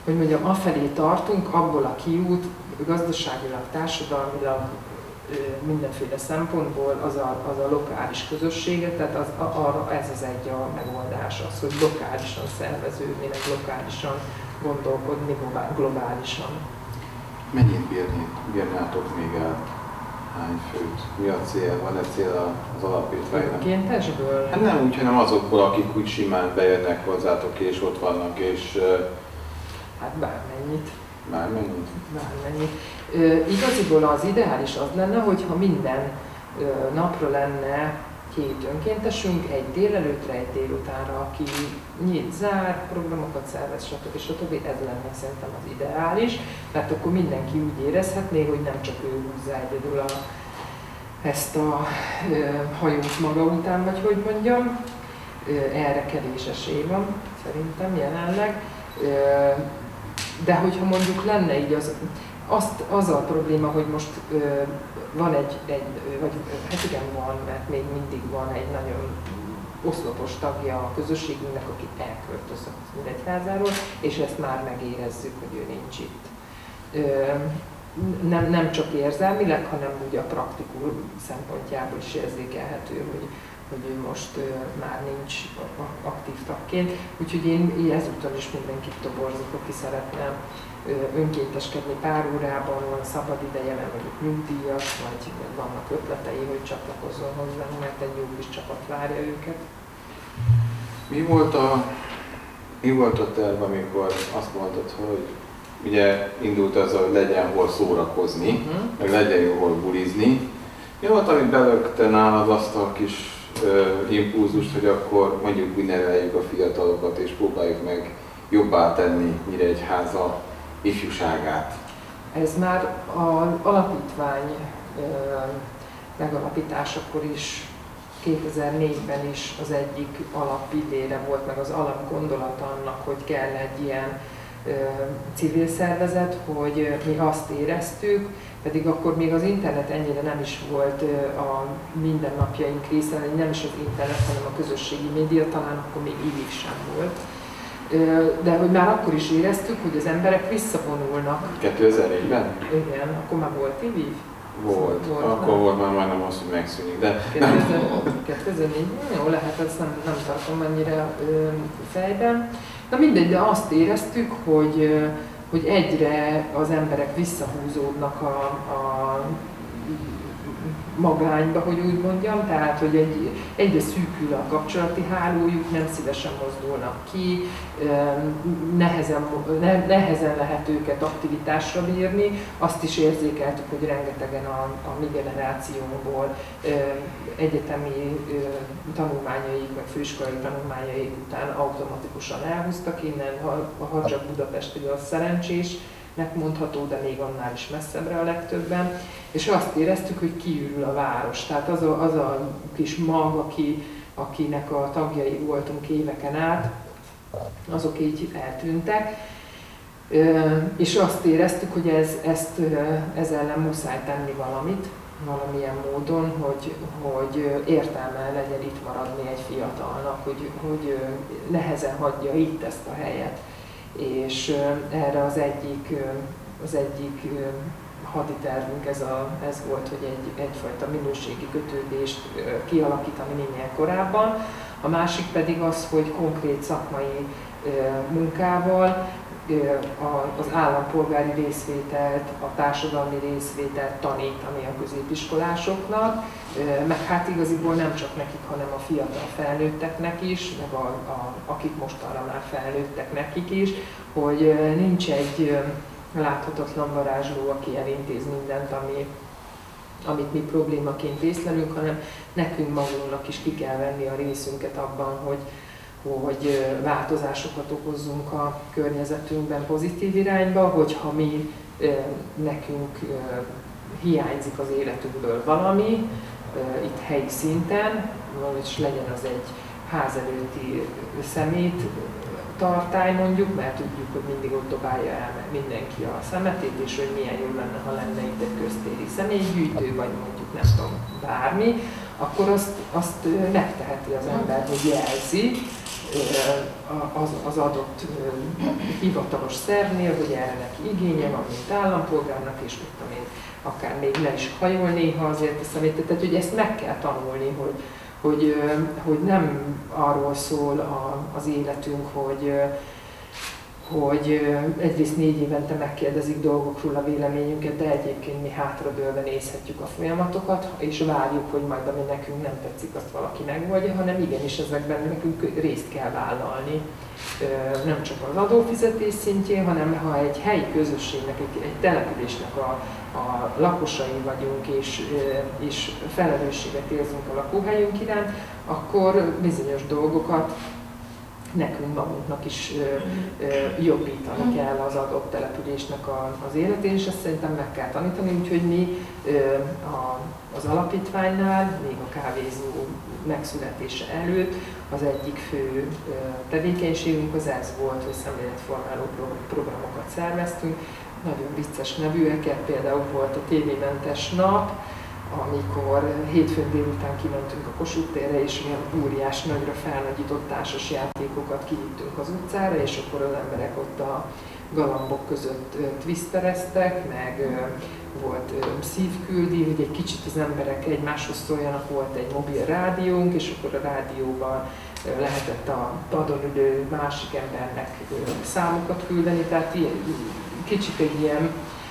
hogy mondjam, afelé tartunk, abból a kiút gazdaságilag, társadalmilag, mindenféle szempontból az a lokális közössége, tehát arra ez az egy a megoldás, az, hogy lokálisan szerveződni, meg lokálisan gondolkodni, globálisan. Mennyit bírnátok még el? Hány főt? Mi a cél? Van-e cél az alapítványnak? Önkéntesből? Hát nem úgy, hanem azokból, akik úgy simán bejönnek hozzátok és ott vannak, és... Hát bármennyit. Bármennyit? Bármennyit. Igaziból az ideális az lenne, hogyha minden napra lenne 2 önkéntesünk, egy délelőttre, egy délutánra, aki nyit, zár, programokat szervez, stb. Ez lenne szerintem az ideális, mert akkor mindenki úgy érezhetné, hogy nem csak ő húzza egyedül ezt a hajót maga után, vagy hogy mondjam. Erre kevés esély van, szerintem jelenleg. De hogyha mondjuk lenne így az a probléma, hogy most van vagy hát igen van, mert még mindig van egy nagyon oszlopos tagja a közösségünknek, aki elköltözött Nyíregyházáról, és ezt már megérezzük, hogy ő nincs itt. Nem csak érzelmileg, hanem úgy a praktikus szempontjából is érzékelhető, hogy ő most már nincs aktív tagként. Úgyhogy én ezúttal is mindenkit toborzok, aki szeretne önkénteskedni pár órában, van szabad ideje, mert mondjuk nyugdíjas, vagy vannak ötletei, hogy csatlakozzon hozzánk, mert egy jó kis csapat várja őket. Mi volt a terv, amikor azt mondtad, hogy ugye indult az, hogy legyen hol szórakozni, meg legyen jó hol bulizni. Mi volt, amit belökte nálad azt a kis impulzust, hogy akkor mondjuk minereljük a fiatalokat és próbáljuk meg jobbá tenni Nyíregyháza ifjúságát? Ez már az alapítvány megalapításakor is, 2004-ben is az egyik alappillére volt, meg az alapgondolata annak, hogy kell egy ilyen civil szervezet, hogy mi azt éreztük, pedig akkor még az internet ennyire nem is volt a mindennapjaink része, nem is az internet, hanem a közösségi média, talán akkor még így sem volt. De hogy már akkor is éreztük, hogy az emberek visszavonulnak. 2004-ben? Igen, akkor már volt IVIV? Volt. Akkor nem? Volt már majdnem az, hogy megszűnik, de... 2004, jó, lehet, ezt nem tartom annyira fejben. Na mindegy, de azt éreztük, hogy egyre az emberek visszahúzódnak a magányba, hogy úgy mondjam, tehát hogy egyre szűkül a kapcsolati hálójuk, nem szívesen mozdulnak ki, nehezen lehet őket aktivitásra bírni. Azt is érzékeltük, hogy rengetegen a mi generációból egyetemi tanulmányaik, vagy főiskolai tanulmányaik után automatikusan elhúztak innen, ha csak Budapest, ugye az szerencsésnek mondható, de még annál is messzebbre a legtöbben. És azt éreztük, hogy kiürül a város. Tehát az a kis mag, akinek a tagjai voltunk éveken át, azok így eltűntek. És azt éreztük, hogy ez ellen muszáj tenni valamilyen módon, hogy értelme legyen itt maradni egy fiatalnak, hogy nehezen hagyja itt ezt a helyet. És erre az egyik haditervünk ez volt, hogy egyfajta minőségi kötődést kialakítani minél korábban. A másik pedig az, hogy konkrét szakmai munkával az állampolgári részvételt, a társadalmi részvételt tanítani a középiskolásoknak, meg hát igaziból nem csak nekik, hanem a fiatal felnőtteknek is, meg akik mostanra már felnőttek nekik is, hogy nincs egy láthatatlan varázsló, aki elintéz mindent, amit mi problémaként észlelünk, hanem nekünk magunknak is ki kell venni a részünket abban, hogy változásokat okozzunk a környezetünkben pozitív irányba, hogyha nekünk hiányzik az életünkből valami, itt helyi szinten, és legyen az egy ház előtti szemét, tartály mondjuk, mert tudjuk, hogy mindig ott dobálja el mindenki a szemetét, és hogy milyen jó lenne, ha lenne itt egy köztéri személygyűjtő, vagy mondjuk nem tudom, bármi, akkor azt megteheti az ember, hogy jelzi, az adott hivatalos szervnél, hogy erre neki igénye van, mint állampolgárnak, és mit tudom én, akár még le is hajol néha azért a szemét. Tehát, hogy ezt meg kell tanulni, hogy nem arról szól az életünk, hogy egyrészt 4 évente megkérdezik dolgokról a véleményünket, de egyébként mi hátradőlve nézhetjük a folyamatokat, és várjuk, hogy majd ami nekünk nem tetszik, azt valaki megoldja, hanem igenis ezekben nekünk részt kell vállalni. Nem csak az adófizetés szintjén, hanem ha egy helyi közösségnek, egy településnek a lakosai vagyunk, és felelősséget érzünk a lakóhelyünk iránt, akkor bizonyos dolgokat nekünk magunknak is jobbítani kell az adott településnek az életén, és ezt szerintem meg kell tanítani, úgyhogy mi az alapítványnál, még a kávézó megszületése előtt az egyik fő tevékenységünk az ez volt, hogy szemléletformáló programokat szerveztünk, nagyon vicces nevűeket, például volt a tévémentes nap, amikor hétfőn délután kimentünk a Kossuth térre, és ilyen óriás, nagyra felnagyított társas játékokat kivittünk az utcára, és akkor az emberek ott a galambok között twisttereztek, meg volt szívküldi, hogy egy kicsit az emberek egymáshoz szóljanak, volt egy mobil rádiónk, és akkor a rádióban lehetett a padon ülő másik embernek számokat küldeni, tehát kicsit egy ilyen,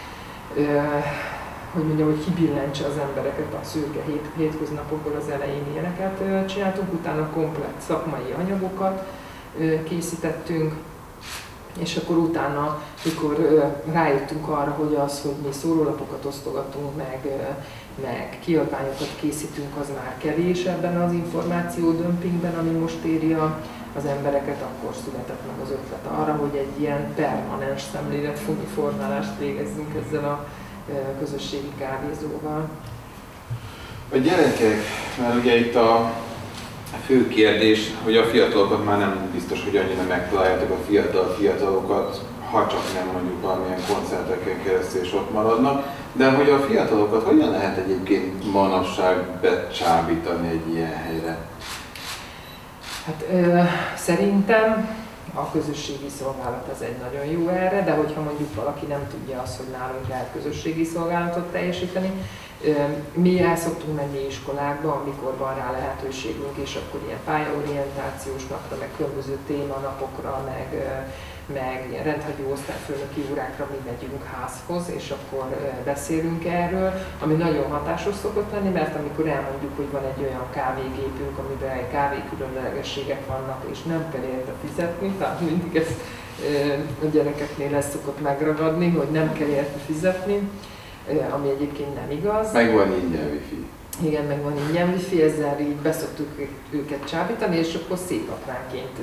hogy mondjam, hogy kibillentse az embereket a szürke hétköznapokból, az elején ilyeneket csináltunk, utána komplett szakmai anyagokat készítettünk, és akkor utána, mikor rájöttünk arra, hogy mi szórólapokat osztogatunk, meg kiadványokat készítünk, az már kevés ebben az információdömpingben, ami most éri az embereket, akkor született meg az ötlet arra, hogy egy ilyen permanens szemléletformálást végezzünk ezzel a közösségi kávézóval. A gyerekek, mert ugye itt a fő kérdés, hogy a fiatalokat már nem biztos, hogy annyira megtaláljátok a fiatalokat, ha csak nem mondjuk valamilyen koncerteken keresztül és ott maradnak, de hogy a fiatalokat hogyan lehet egyébként manapság becsábítani egy ilyen helyre? Hát szerintem a közösségi szolgálat az egy nagyon jó erre, de hogyha mondjuk valaki nem tudja azt, hogy nálunk lehet közösségi szolgálatot teljesíteni, mi el szoktunk menni iskolákba, amikor van rá lehetőségünk, és akkor ilyen pályaorientációs napra, meg különböző témanapokra, meg ilyen rendhagyó osztályfőnöki órákra mi megyünk házhoz, és akkor beszélünk erről, ami nagyon hatásos szokott lenni, mert amikor elmondjuk, hogy van egy olyan kávégépünk, amiben kávé különlegességek vannak, és nem kell érte fizetni, tehát mindig ezt a gyerekeknél ezt szokott megragadni, hogy nem kell érte fizetni, ami egyébként nem igaz. Meg van ingyen wifi. Igen, meg van ingyen wifi, ezzel így beszoktuk őket csábítani, és akkor szép apránként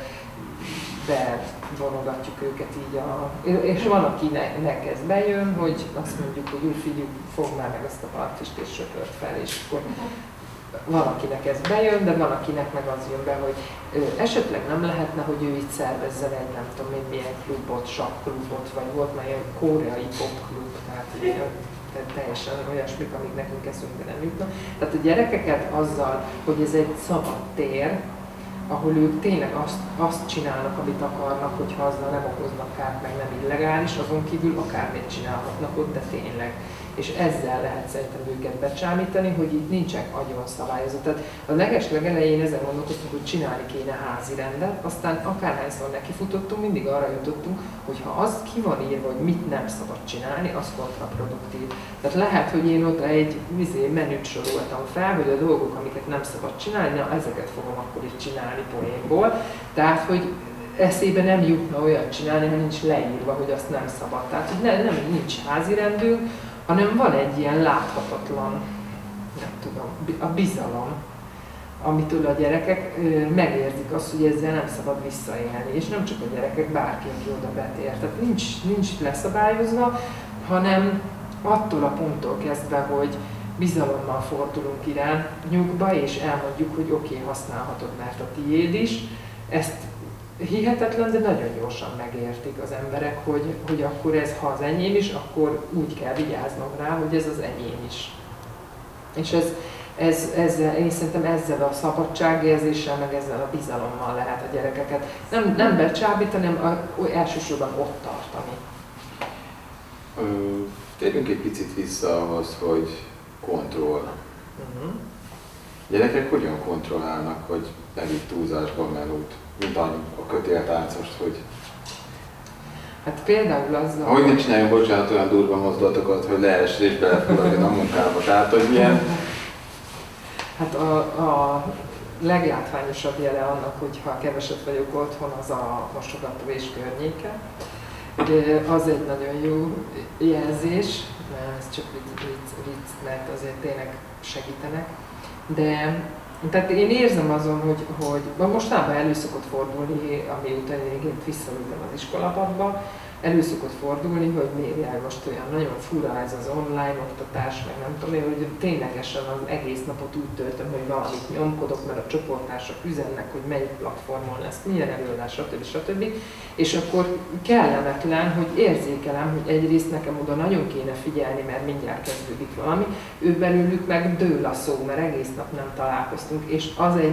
bevonogatjuk őket így és van, akinek ez bejön, hogy azt mondjuk, hogy úgy figyelj, fogd már meg azt a partist és söpört fel, és akkor van, akinek ez bejön, de van, akinek meg az jön be, hogy esetleg nem lehetne, hogy ő itt szervezzen egy nem tudom én milyen klubot, sakklubot, vagy volt már egy koreai popklub, tehát teljesen olyasmik, amik nekünk eszünkbe nem jutnak. Tehát a gyerekeket azzal, hogy ez egy szabad tér, ahol ők tényleg azt csinálnak, amit akarnak, hogyha azzal nem okoznak kárt, meg nem illegális, azon kívül akármit csinálhatnak ott, de tényleg. És ezzel lehet szerintem őket becsámítani, hogy itt nincsen agyon szabályozat. Tehát a legelején ezen gondolkoztunk, hogy csinálni kéne házi rendet, aztán akárhányszor nekifutottunk, mindig arra jutottunk, hogy ha az ki van írva, hogy mit nem szabad csinálni, az kontraproduktív. Tehát lehet, hogy én ott egy menüt soroltam fel, hogy a dolgok, amiket nem szabad csinálni, na ezeket fogom akkor itt csinálni poénból. Tehát, hogy eszébe nem jutna olyat csinálni, ha nincs leírva, hogy azt nem szabad. Tehát, hogy nincs házi rendünk, hanem van egy ilyen láthatatlan, nem tudom, a bizalom, amitől a gyerekek megérzik azt, hogy ezzel nem szabad visszaélni. És nem csak a gyerekek, bárki, aki oda betér. Tehát nincs leszabályozva, hanem attól a ponttól kezdve, hogy bizalommal fordulunk irányukba, és elmondjuk, hogy oké, használhatod, mert a tiéd is. Ezt hihetetlen, de nagyon gyorsan megértik az emberek, hogy akkor ez, ha az enyém is, akkor úgy kell vigyáznom rá, hogy ez az enyém is. És én szerintem ezzel a szabadságérzéssel, meg ezzel a bizalommal lehet a gyerekeket nem becsábítani, hanem elsősorban ott tartani. Térjünk egy picit vissza ahhoz, hogy kontroll. Gyerekek hogyan kontrollálnak, hogy ne vigy túlzásba melót, mint a kötéltáncost, hogy... Hát például azzal... Hogy ne csináljunk, bocsánat, olyan durva mozdulatokat, hogy leessél és belefulladjon a munkába. Tehát, hogy milyen... Hát a leglátványosabb jele annak, hogyha keveset vagyok otthon, az a mosogató és környéke. Az egy nagyon jó jelzés, nem, ez csak vicc, mert azért tényleg segítenek. De tehát én érzem azon, hogy mostanában elő szokott fordulni, amióta én visszalődtem az iskolapadba, elő szokott fordulni, hogy miért most olyan nagyon fura ez az online oktatás, meg nem tudom én, hogy ténylegesen az egész napot úgy töltöm, hogy valamit nyomkodok, mert a csoporttársak üzennek, hogy melyik platformon lesz, milyen előadás, stb. És akkor kellemetlen, hogy érzékelem, hogy egyrészt nekem oda nagyon kéne figyelni, mert mindjárt kezdődik valami, ő belőlük meg dől a szó, mert egész nap nem találkoztunk, és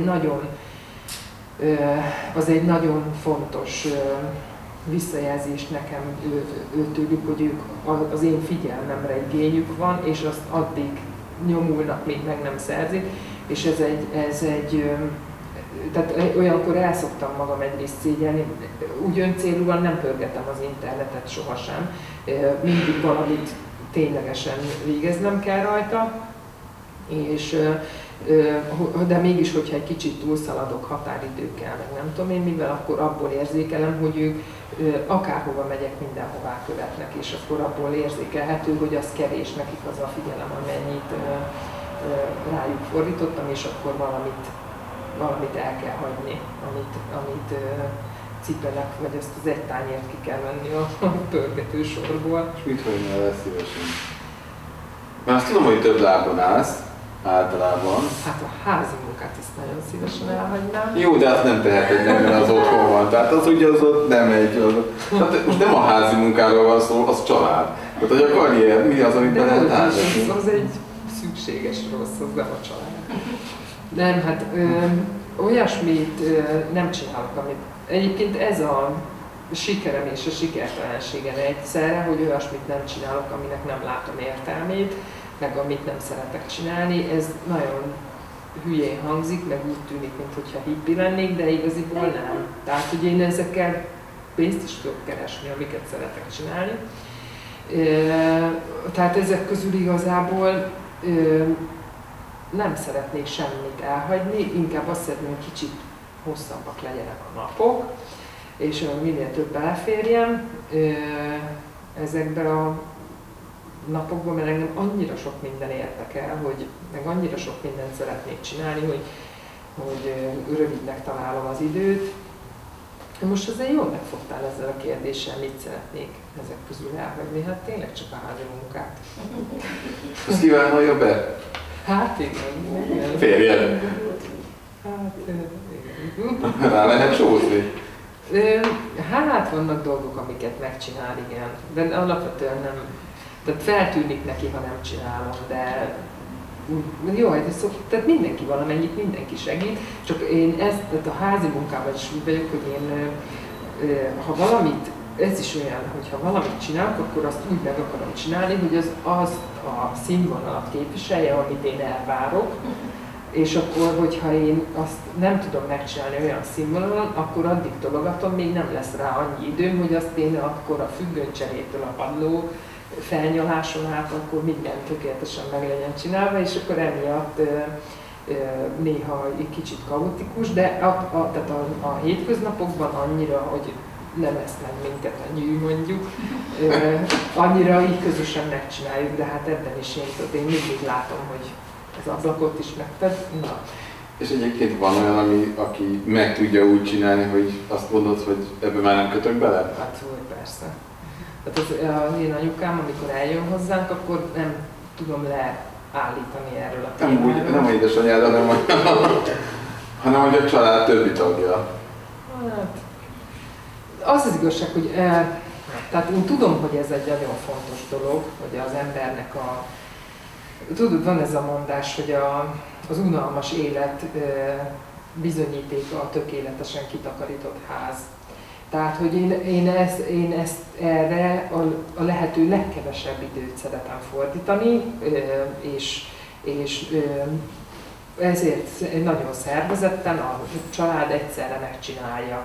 az egy nagyon fontos visszajelzés nekem tőlük, hogy ők az én figyelmemre igényük van, és azt addig nyomulnak, még meg nem szerzik, és ez egy tehát olyankor el szoktam magam egyrészt szégyelni, úgy öncélúan nem pörgetem az internetet sohasem, mindig valamit ténylegesen végeznem kell rajta, és de mégis, hogyha egy kicsit túlszaladok határidőkkel, meg nem tudom én mivel, akkor abból érzékelem, hogy ők akárhova megyek, mindenhová követnek, és akkor abból érzékelhető, hogy az kevés nekik az a figyelem, amennyit rájuk fordítottam, és akkor valamit el kell hagyni, amit cipelek, vagy azt az egy tányért ki kell venni a pörgető sorból. És mit hagynál el szívesen? Mert azt tudom, hogy több lábon állsz, általában. Hát a házi munkát azt nagyon szívesen elhagynám. Jó, de azt nem teheted, mert az otthon van. Tehát az ugye az ott nem egy. Tehát most nem a házi munkáról van szó, az család. Tehát hogy a karrier, mi az, amit be lehet állítani? Az egy szükséges rossz, az nem a család. Nem, hát olyasmit nem csinálok, amit... Egyébként ez a sikerem és a sikertelenségem egyszerre, hogy olyasmit nem csinálok, aminek nem látom értelmét, meg amit nem szeretek csinálni. Ez nagyon hülyén hangzik, meg úgy tűnik, mintha hippi lennék, de igaziból nem. Tehát, hogy én ezekkel pénzt is tudok keresni, amiket szeretek csinálni. Tehát ezek közül igazából nem szeretnék semmit elhagyni, inkább azt szeretném, hogy kicsit hosszabbak legyenek a napok, és minél több beleférjem ezekben a napokban, mert engem annyira sok minden érdekel, meg annyira sok mindent szeretnék csinálni, hogy rövidnek találom az időt. Most azért jól megfogtál ezzel a kérdéssel, mit szeretnék ezek közül elhagyni. Hát tényleg csak a házi munkát. Azt kívánja be? Hát igen. Férjed? Hát igen. Rá lehet sózni? Hát vannak dolgok, amiket megcsinál, igen. De alapvetően nem. Tehát feltűnik neki, ha nem csinálom, de jó, tehát mindenki valamennyit, mindenki segít, csak én tehát a házi munkában is úgy vagyok, hogy én, ha valamit, ez is olyan, hogy ha valamit csinálok, akkor azt úgy meg akarom csinálni, hogy az azt a színvonalat képviselje, amit én elvárok, és akkor, hogyha én azt nem tudom megcsinálni olyan színvonalon, akkor addig tologatom, még nem lesz rá annyi időm, hogy azt én akkor a függönycserétől a padló felnyoláson át, akkor minden tökéletesen meg legyen csinálva, és akkor emiatt néha egy kicsit kaotikus, de tehát a hétköznapokban annyira, hogy nem esznek minket a nyű mondjuk, annyira így közösen megcsináljuk, de hát ebben is én mindig látom, hogy az ablakot is megted. Na. És egyébként van olyan, aki meg tudja úgy csinálni, hogy azt mondod, hogy ebben már nem kötök bele? Hát hogy persze. Tehát az én anyukám, amikor eljön hozzánk, akkor nem tudom leállítani erről a témáról. Nem a édesanyád, hanem hogy a család többi tagja. Hát, az igazság, hogy tehát én tudom, hogy ez egy nagyon fontos dolog, hogy az embernek Tudod, van ez a mondás, hogy az unalmas élet bizonyítéka a tökéletesen kitakarított ház. Tehát, hogy én ezt erre a lehető legkevesebb időt szeretem fordítani, és ezért nagyon szervezetten a család egyszerre megcsinálja.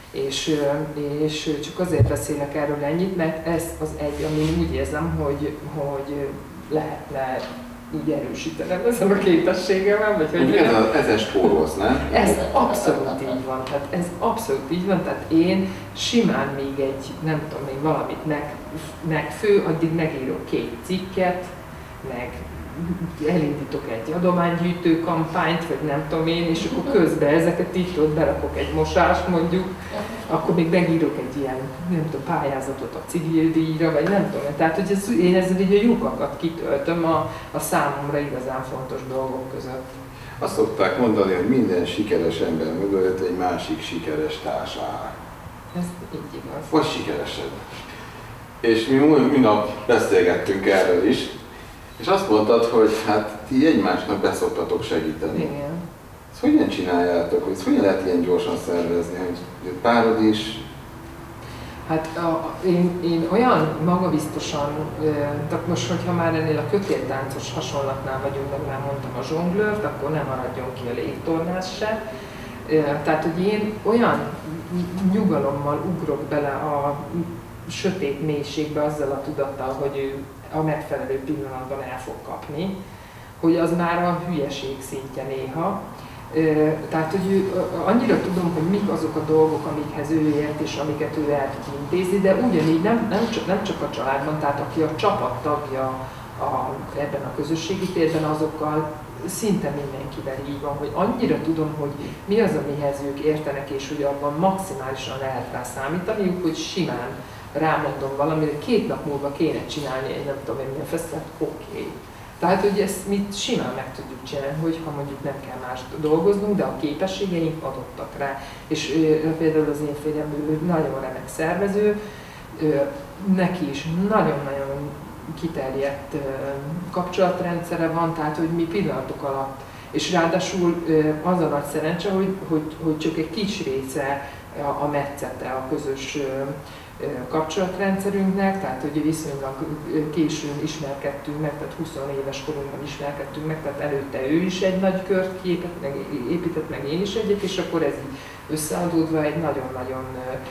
És csak azért beszélek erről ennyit, mert ez az egy, ami úgy érzem, hogy lehetne így erősítenem ezen a képességemen, vagy hogy... Ezen spórolsz, nem? Ez abszolút így van, tehát én simán még egy, nem tudom, még valamit megfő, addig megírok 2 cikket, meg elindítok egy adománygyűjtő kampányt, vagy nem tudom én, és akkor közben ezeket itt ott berakok egy mosást mondjuk, akkor még megírok egy ilyen, nem tudom, pályázatot a cigildíjra, vagy nem tudom, tehát hogy én ezzel így a lyukakat kitöltöm a számomra igazán fontos dolgok között. Azt szokták mondani, hogy minden sikeres ember mögött egy másik sikeres társ áll. Ez így igaz. Vagy sikeresebb. És mi minap beszélgettünk erről is, és azt mondtad, hogy hát ti egymásnak beszoktatok segíteni. Igen. Ezt hogyan csináljátok? Ezt hogyan lehet ilyen gyorsan szervezni, hogy párod is? Hát én olyan magabiztosan, tehát most, hogyha már ennél a kötéltáncos hasonlatnál vagyunk, meg már mondtam a zsonglőrt, akkor nem maradjon ki a légtornász se. Tehát, hogy én olyan nyugalommal ugrok bele a sötét mélységbe azzal a tudattal, hogy ő a megfelelő pillanatban el fog kapni, hogy az már a hülyeség szintje néha. Tehát, hogy annyira tudom, hogy mik azok a dolgok, amikhez ő ért és amiket ő el tud intézni, de ugyanígy nem csak a családban, tehát aki a csapattagja ebben a közösségi térben, azokkal szinte mindenkivel így van, hogy annyira tudom, hogy mi az, amihez ők értenek, és hogy abban maximálisan lehet rá számítaniuk, hogy simán rámondom valamire, 2 nap múlva kéne csinálni egy nem tudom én milyen fesztivát, oké. Tehát, hogy ezt mi simán meg tudjuk csinálni, hogyha mondjuk nem kell más dolgoznunk, de a képességeink adottak rá. És például az én férjem, ő nagyon remek szervező, neki is nagyon-nagyon kiterjedt kapcsolatrendszere van, tehát, hogy mi pillanatok alatt, és ráadásul az a nagy szerencse, hogy csak egy kis része a metszete a közös kapcsolatrendszerünknek, tehát hogy viszonylag későn ismerkedtünk meg, tehát 20 éves korunkban ismerkedtünk meg, tehát előtte ő is egy nagy kört épített meg én is egyet, és akkor ez így összeadódva egy nagyon-nagyon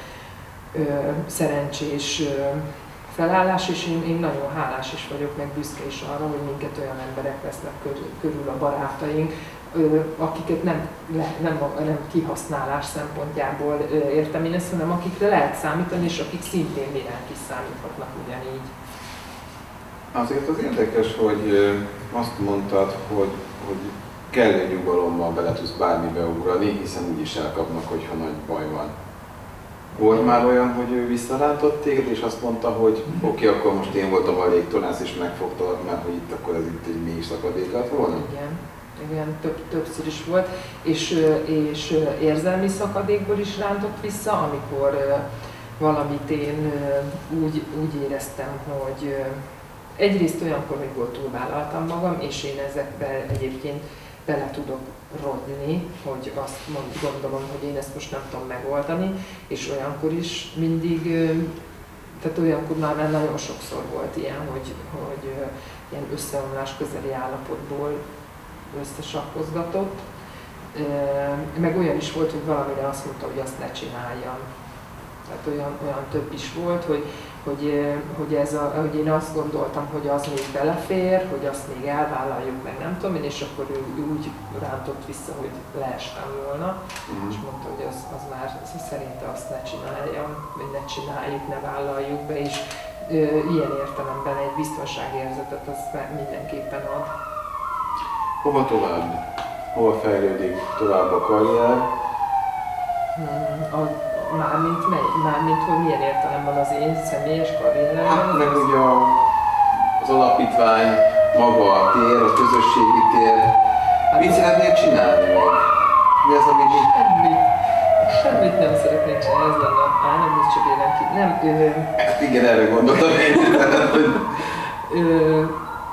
szerencsés felállás, és én nagyon hálás is vagyok, meg büszke is arra, hogy minket olyan emberek vesznek körül a barátaink, akiket nem kihasználás szempontjából értem én ezt, hanem akikre lehet számítani, és akik szintén miránk is számíthatnak ugyanígy. Azért az érdekes, hogy azt mondtad, hogy kellő nyugalommal bele tudsz bármibe ugrani, hiszen úgyis elkapnak, hogyha nagy baj van. Volt már olyan, hogy ő visszarántott téged, és azt mondta, hogy oké, akkor most én voltam a légtornász, és megfogtalak, mert hogy itt akkor ez itt egy mély szakadék lett volna? Igen, többször is volt, és érzelmi szakadékból is rántott vissza, amikor valamit én úgy éreztem, hogy egyrészt olyankor, amikor túlvállaltam magam, és én ezekbe egyébként bele tudok rodni, hogy azt gondolom, hogy én ezt most nem tudom megoldani, és olyankor is mindig, tehát olyankor már nagyon sokszor volt ilyen, hogy ilyen összeomlás közeli állapotból összesakkozgatott. Meg olyan is volt, hogy valamire azt mondta, hogy azt ne csináljam. Tehát olyan több is volt, hogy én azt gondoltam, hogy az még belefér, hogy azt még elvállaljuk, meg nem tudom én, és akkor ő úgy rántott vissza, hogy leestem volna, és mondta, hogy az már szerinte azt ne csináljam, vagy ne csináljuk, ne vállaljuk be, és ilyen értelemben egy biztonságérzetet az mindenképpen ad. Hova tovább? Hova fejlődik tovább a karrier? Mármint, hogy milyen értelemben az én személyes karrierem? Hát meg ugye az alapítvány, maga a tér, a közösségi tér. Hát mit szeretnél csinálni még? Mi az, ami mi? Semmit nem szeretnék csinálni, ez lenne nem, ez csak élem ki. Nem, Hát igen, erre gondoltam én.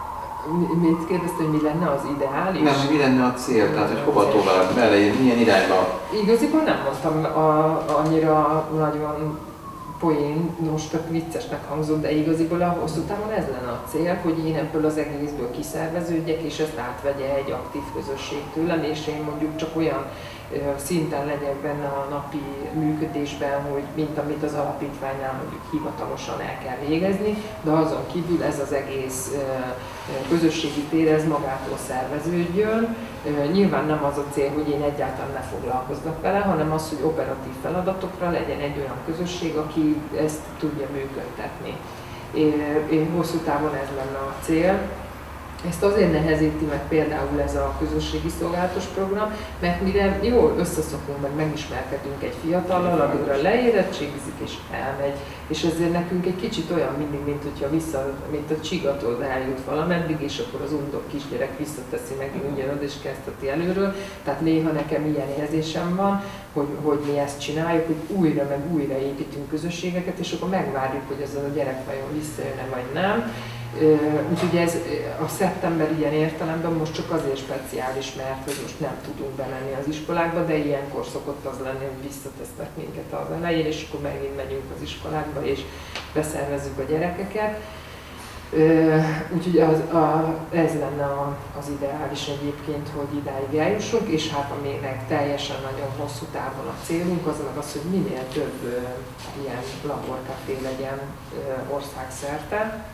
Mit kérdezte, hogy mi lenne az ideális? Nem, mi lenne a cél, tehát hogy hova tovább, milyen irányba? Igaziból nem mondtam annyira nagyon poénos, tök viccesnek hangzott, de igaziból a hosszú távon ez lenne a cél, hogy én ebből az egészből kiszerveződjek, és ezt átvegye egy aktív közösség tőlem, és én mondjuk csak olyan szinten legyek benne a napi működésben, hogy mint amit az alapítványnál mondjuk hivatalosan el kell végezni, de azon kívül ez az egész közösségi tér ez magától szerveződjön. Nyilván nem az a cél, hogy én egyáltalán ne foglalkozzak vele, hanem az, hogy operatív feladatokra legyen egy olyan közösség, aki ezt tudja működtetni. Én hosszú távon ez lenne a cél. Ezt azért nehezíti meg például ez a közösségi szolgálatos program, mert mire jól összeszokunk, meg megismerkedünk egy fiatallal, addigra leérettségizik és elmegy. És ezért nekünk egy kicsit olyan mindig, mint hogyha mint a csigatól eljut valameddig, és akkor az undok kisgyerek visszateszi meg ugyanaz és kezdheti előről. Tehát néha nekem ilyen érzésem van, hogy mi ezt csináljuk, hogy újra meg újra építünk közösségeket, és akkor megvárjuk, hogy ez a gyerek vajon visszajön-e vagy nem. Úgyhogy ez a szeptember ilyen értelemben most csak azért speciális, mert hogy most nem tudunk bemenni az iskolákba, de ilyenkor szokott az lenni, hogy visszatesznek minket az elején, és akkor megint megyünk az iskolákba, és beszervezzük a gyerekeket. Úgyhogy ez lenne az ideális egyébként, hogy idáig eljussunk, és hát aminek teljesen nagyon hosszú távon a célunk, az meg az, hogy minél több ilyen laborkafé legyen országszerte,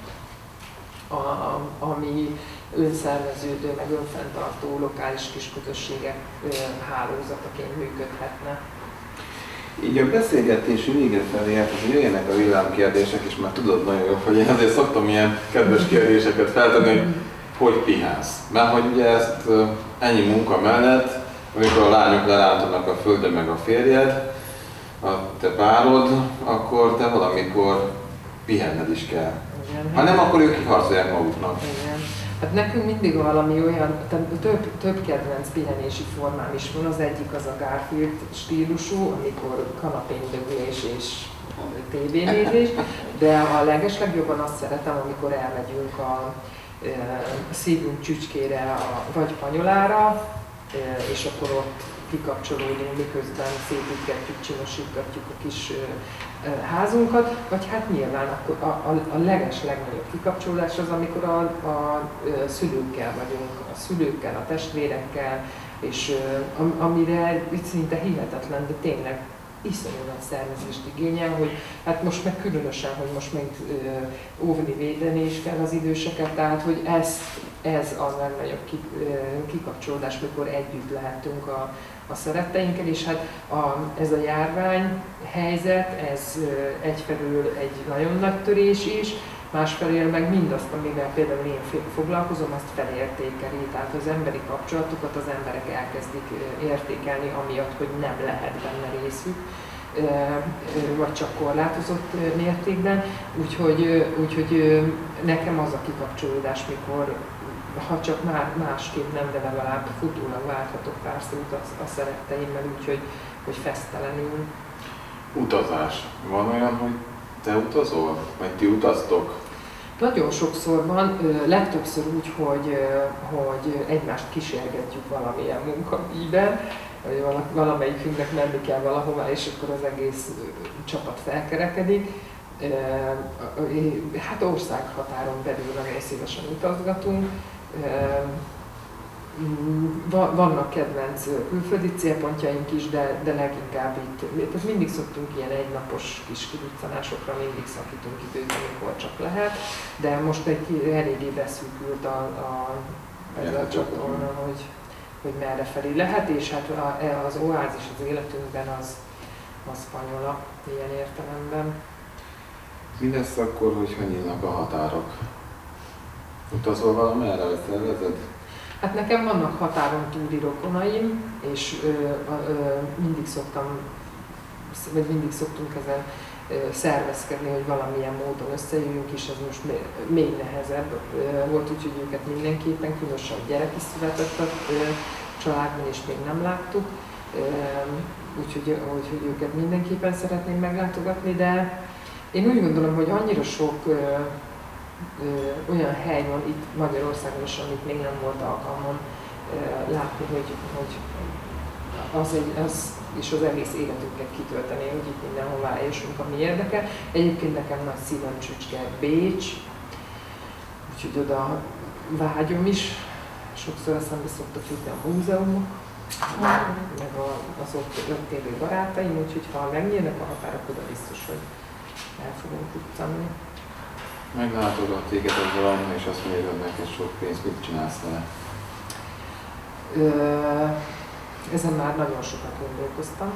ami önszerveződő, meg önfenntartó lokális kisközösségek hálózataként működhetne. Így a beszélgetés vége felé, hát jöjjenek a villámkérdések, és már tudod nagyon jó, hogy én azért szoktam ilyen kedves kérdéseket feltenni, hogy pihensz. Mert hogy ugye ezt ennyi munka mellett, amikor a lányok lelántanak a földre meg a férjed, a te párod, akkor te valamikor pihenned is kell. Igen, ha nem, akkor ők kiharcolják maguknak. Igen. Hát nekünk mindig valami olyan, több kedvenc pihenési formám is van. Az egyik az a Garfield stílusú, amikor kanapén döglés és tévénézés, de a legeslegjobban azt szeretem, amikor elmegyünk a szívünk csücskére vagy Panyolára, és akkor ott kikapcsolódunk, miközben szépítgetjük, csinosítgatjuk a kis házunkat, vagy hát nyilván a legnagyobb kikapcsolódás az, amikor a szülőkkel vagyunk, a szülőkkel, a testvérekkel, és amire itt szinte hihetetlen, de tényleg iszonyú nagy szervezést igényel, hogy hát most meg különösen, hogy most meg óvni, védeni is kell az időseket, tehát hogy ez a legnagyobb kikapcsolódás, mikor együtt lehetünk a szeretteinkkel, és hát ez a járvány helyzet, ez egyfelől egy nagyon nagy törés is, másfelől meg mindazt, amivel például én foglalkozom, azt felértékeli, tehát az emberi kapcsolatokat az emberek elkezdik értékelni, amiatt, hogy nem lehet benne részük, vagy csak korlátozott mértékben, úgyhogy nekem az a kikapcsolódás, mikor ha csak már másképp nem, de legalább futólag válthatok pár szót a szeretteimmel, úgyhogy fesztelenül. Utazás. Van olyan, hogy te utazol? Vagy ti utaztok? Nagyon sokszor van, legtöbbször úgy, hogy egymást kísérgetjük valamilyen munkaíjben, hogy valamelyikünknek menni kell valahová, és akkor az egész csapat felkerekedik. Hát országhatáron belül nagyon szívesen utazgatunk. Vannak kedvenc külföldi célpontjaink is, de leginkább itt. Tehát mindig szoktunk ilyen egynapos kis kiruccanásokra, mindig szakítunk időt, amikor csak lehet, de most eléggé beszűkült ez a csatorna, hogy merre felé lehet, és hát az oázis az életünkben az Panyola ilyen értelemben. Mi lesz akkor, hogyha nyílnak a határok? Utazol valamerre, vagy szervezed? Hát nekem vannak határon túli rokonaim, és mindig szoktunk ezen szervezkedni, hogy valamilyen módon összejöjjünk, és ez most még nehezebb volt, úgyhogy őket mindenképpen, különösen a gyerek is született a családban, és még nem láttuk, úgyhogy őket mindenképpen szeretném meglátogatni, de én úgy gondolom, hogy annyira sok olyan hely van itt Magyarországon is, amit még nem volt alkalmam látni, hogy az és az egész életünket kitölteni, hogy itt mindenhová eljussunk, ami érdekel. Egyébként nekem nagy szívem csücske Bécs, úgyhogy oda vágyom is. Sokszor eszembe szoktak jutni a múzeumok, meg az ott élő barátaim, úgyhogy ha megnyílnak a határok, oda biztos, hogy el fogunk tudni. Meglátogat téged az valami, és azt mondja, hogy neked sok pénz, mit csinálsz vele? Ezen már nagyon sokat gondolkoztam.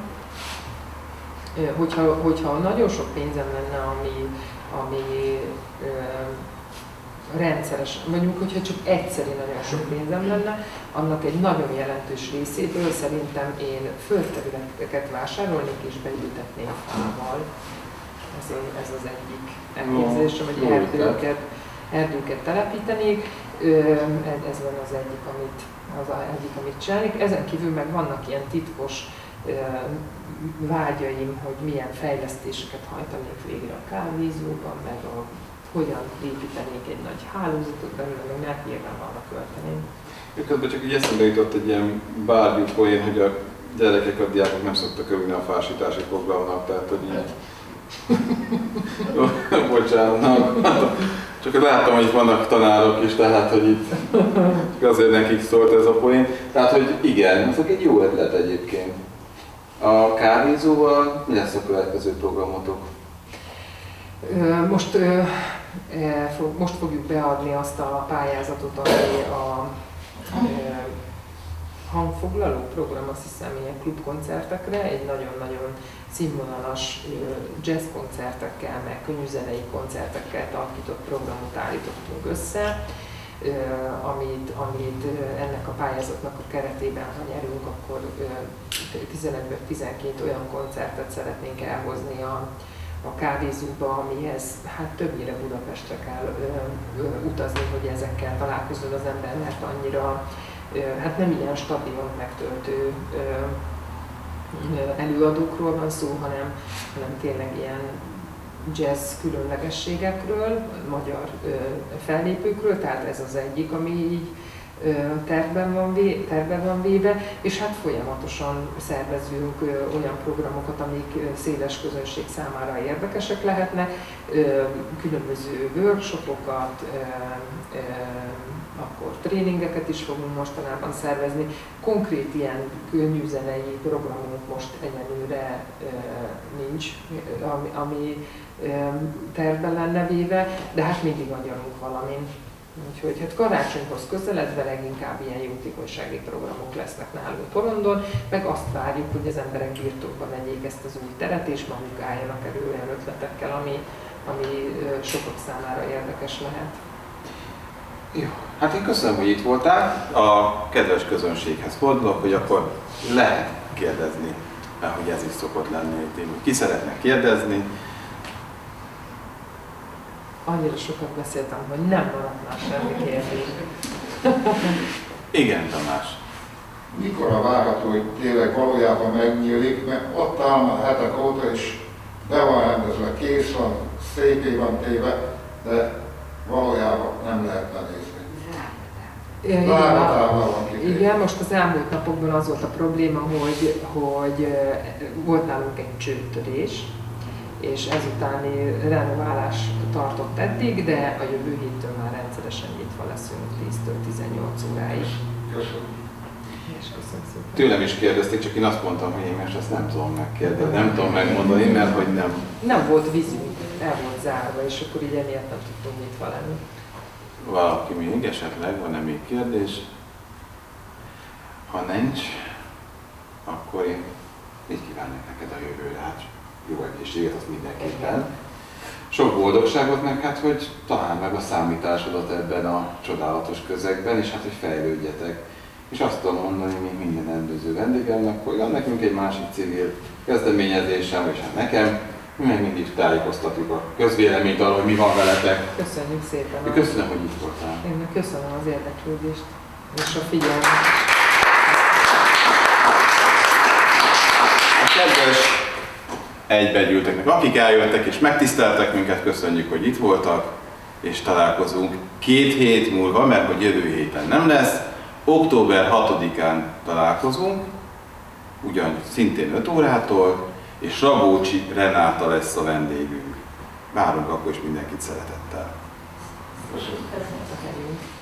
Hogyha nagyon sok pénzem lenne, ami rendszeres, mondjuk, hogyha csak egyszeri nagyon sok pénzem lenne, annak egy nagyon jelentős részéből szerintem én földterületeket vásárolnék és beültetnék fával. Ez az egyik elképzelésem, hogy erdőket telepítenék. Ez van az egyik, amit csinálnék. Ezen kívül meg vannak ilyen titkos vágyaim, hogy milyen fejlesztéseket hajtanék végre a kávézóban, meg hogyan építenék egy nagy hálózatot belőle, meg nyilván arra költeném. Közben csak így eszembe jutott egy ilyen bárgyú poén, hogy a gyerekek, a diákok nem szoktak örülni a fásítási programnak, tehát hogy így... Bocsánat, csak láttam, hogy itt vannak tanárok is, tehát hogy itt azért nekik szólt ez a poén. Tehát, hogy igen, azok egy jó ötlet egyébként. A kávézóval mi lesz a következő programotok? Most fogjuk beadni azt a pályázatot, ami a hangfoglaló program, azt hiszem, ilyen klubkoncertekre, egy nagyon-nagyon színvonalas jazzkoncertekkel, meg könnyűzenei koncertekkel tartított programot állítottunk össze, amit ennek a pályázatnak a keretében, ha nyerünk, akkor 11-12 olyan koncertet szeretnénk elhozni a kávézóba, amihez hát többnyire Budapestre kell utazni, hogy ezekkel találkozzon az ember, mert annyira hát nem ilyen stadion megtöltő előadókról van szó, hanem tényleg ilyen jazz különlegességekről, magyar fellépőkről, tehát ez az egyik, ami így tervben van véve, és hát folyamatosan szervezünk olyan programokat, amik széles közönség számára érdekesek lehetnek, különböző workshopokat, akkor tréningeket is fogunk mostanában szervezni. Konkrét ilyen könnyűzenei programunk most egyelőre nincs, ami tervben lenne véve, de hát mindig agyalunk valamin. Úgyhogy hát karácsonyhoz közeledve leginkább ilyen jótékonysági programok lesznek nálunk Porondon, meg azt várjuk, hogy az emberek birtokba vegyék ezt az új teret, és maguk álljanak elő olyan ötletekkel, ami sokak számára érdekes lehet. Jó, hát én köszönöm, hogy itt voltál. A kedves közönséghez fordulok, hogy akkor lehet kérdezni, mert hogy ez is szokott lenni, hogy ki szeretne kérdezni. Annyira sokat beszéltem, hogy nem maradt már semmi kérdés. Igen, Tamás. Mikor a várható, hogy tényleg valójában megnyílik, mert ott áll már hetek óta, és be van rendezve, kész van, széké van téve, de valójában nem lehet nézni. Igen, most az elmúlt napokban az volt a probléma, hogy volt nálunk egy csőtörés, és ezutáni renoválás tartott eddig, de a jövő héttől már rendszeresen nyitva leszünk 10-től 18 óráig. Köszönöm. És köszönöm szépen. Tőlem is kérdezték, csak én azt mondtam, hogy én most ezt nem tudom megkérdezni, nem tudom megmondani, mert hogy nem. Nem volt vízünk, el volt zárva, és akkor így emiatt nem tudtunk nyitva lenni. Valaki még esetleg, van-e még kérdés? Ha nincs, akkor én így kívánok neked a jövőre, hát jó egészséget, azt mindenképpen. Sok boldogságot meg, hát, hogy találd meg a számításodat ebben a csodálatos közegben, és hát, hogy fejlődjetek. És azt tudom mondani, még minden rendező vendégemnek, hogy van nekünk egy másik civil kezdeményezésem, és hát nekem, mi meg mindig tájékoztatjuk a közvéleményt arról, hogy mi van veletek. Köszönjük szépen! Én köszönöm, hogy itt voltál. Én köszönöm az érdeklődést és a figyelmet. A kedves egybegyűlteknek, akik eljöttek és megtiszteltek minket, köszönjük, hogy itt voltak. és találkozunk 2 hét múlva, mert hogy jövő héten nem lesz, október 6-án találkozunk, ugyan szintén 5 órától, és Rabócsi Renáta lesz a vendégünk. Várunk akkor is mindenkit szeretettel. Köszönöm. Ez volt a helyünk.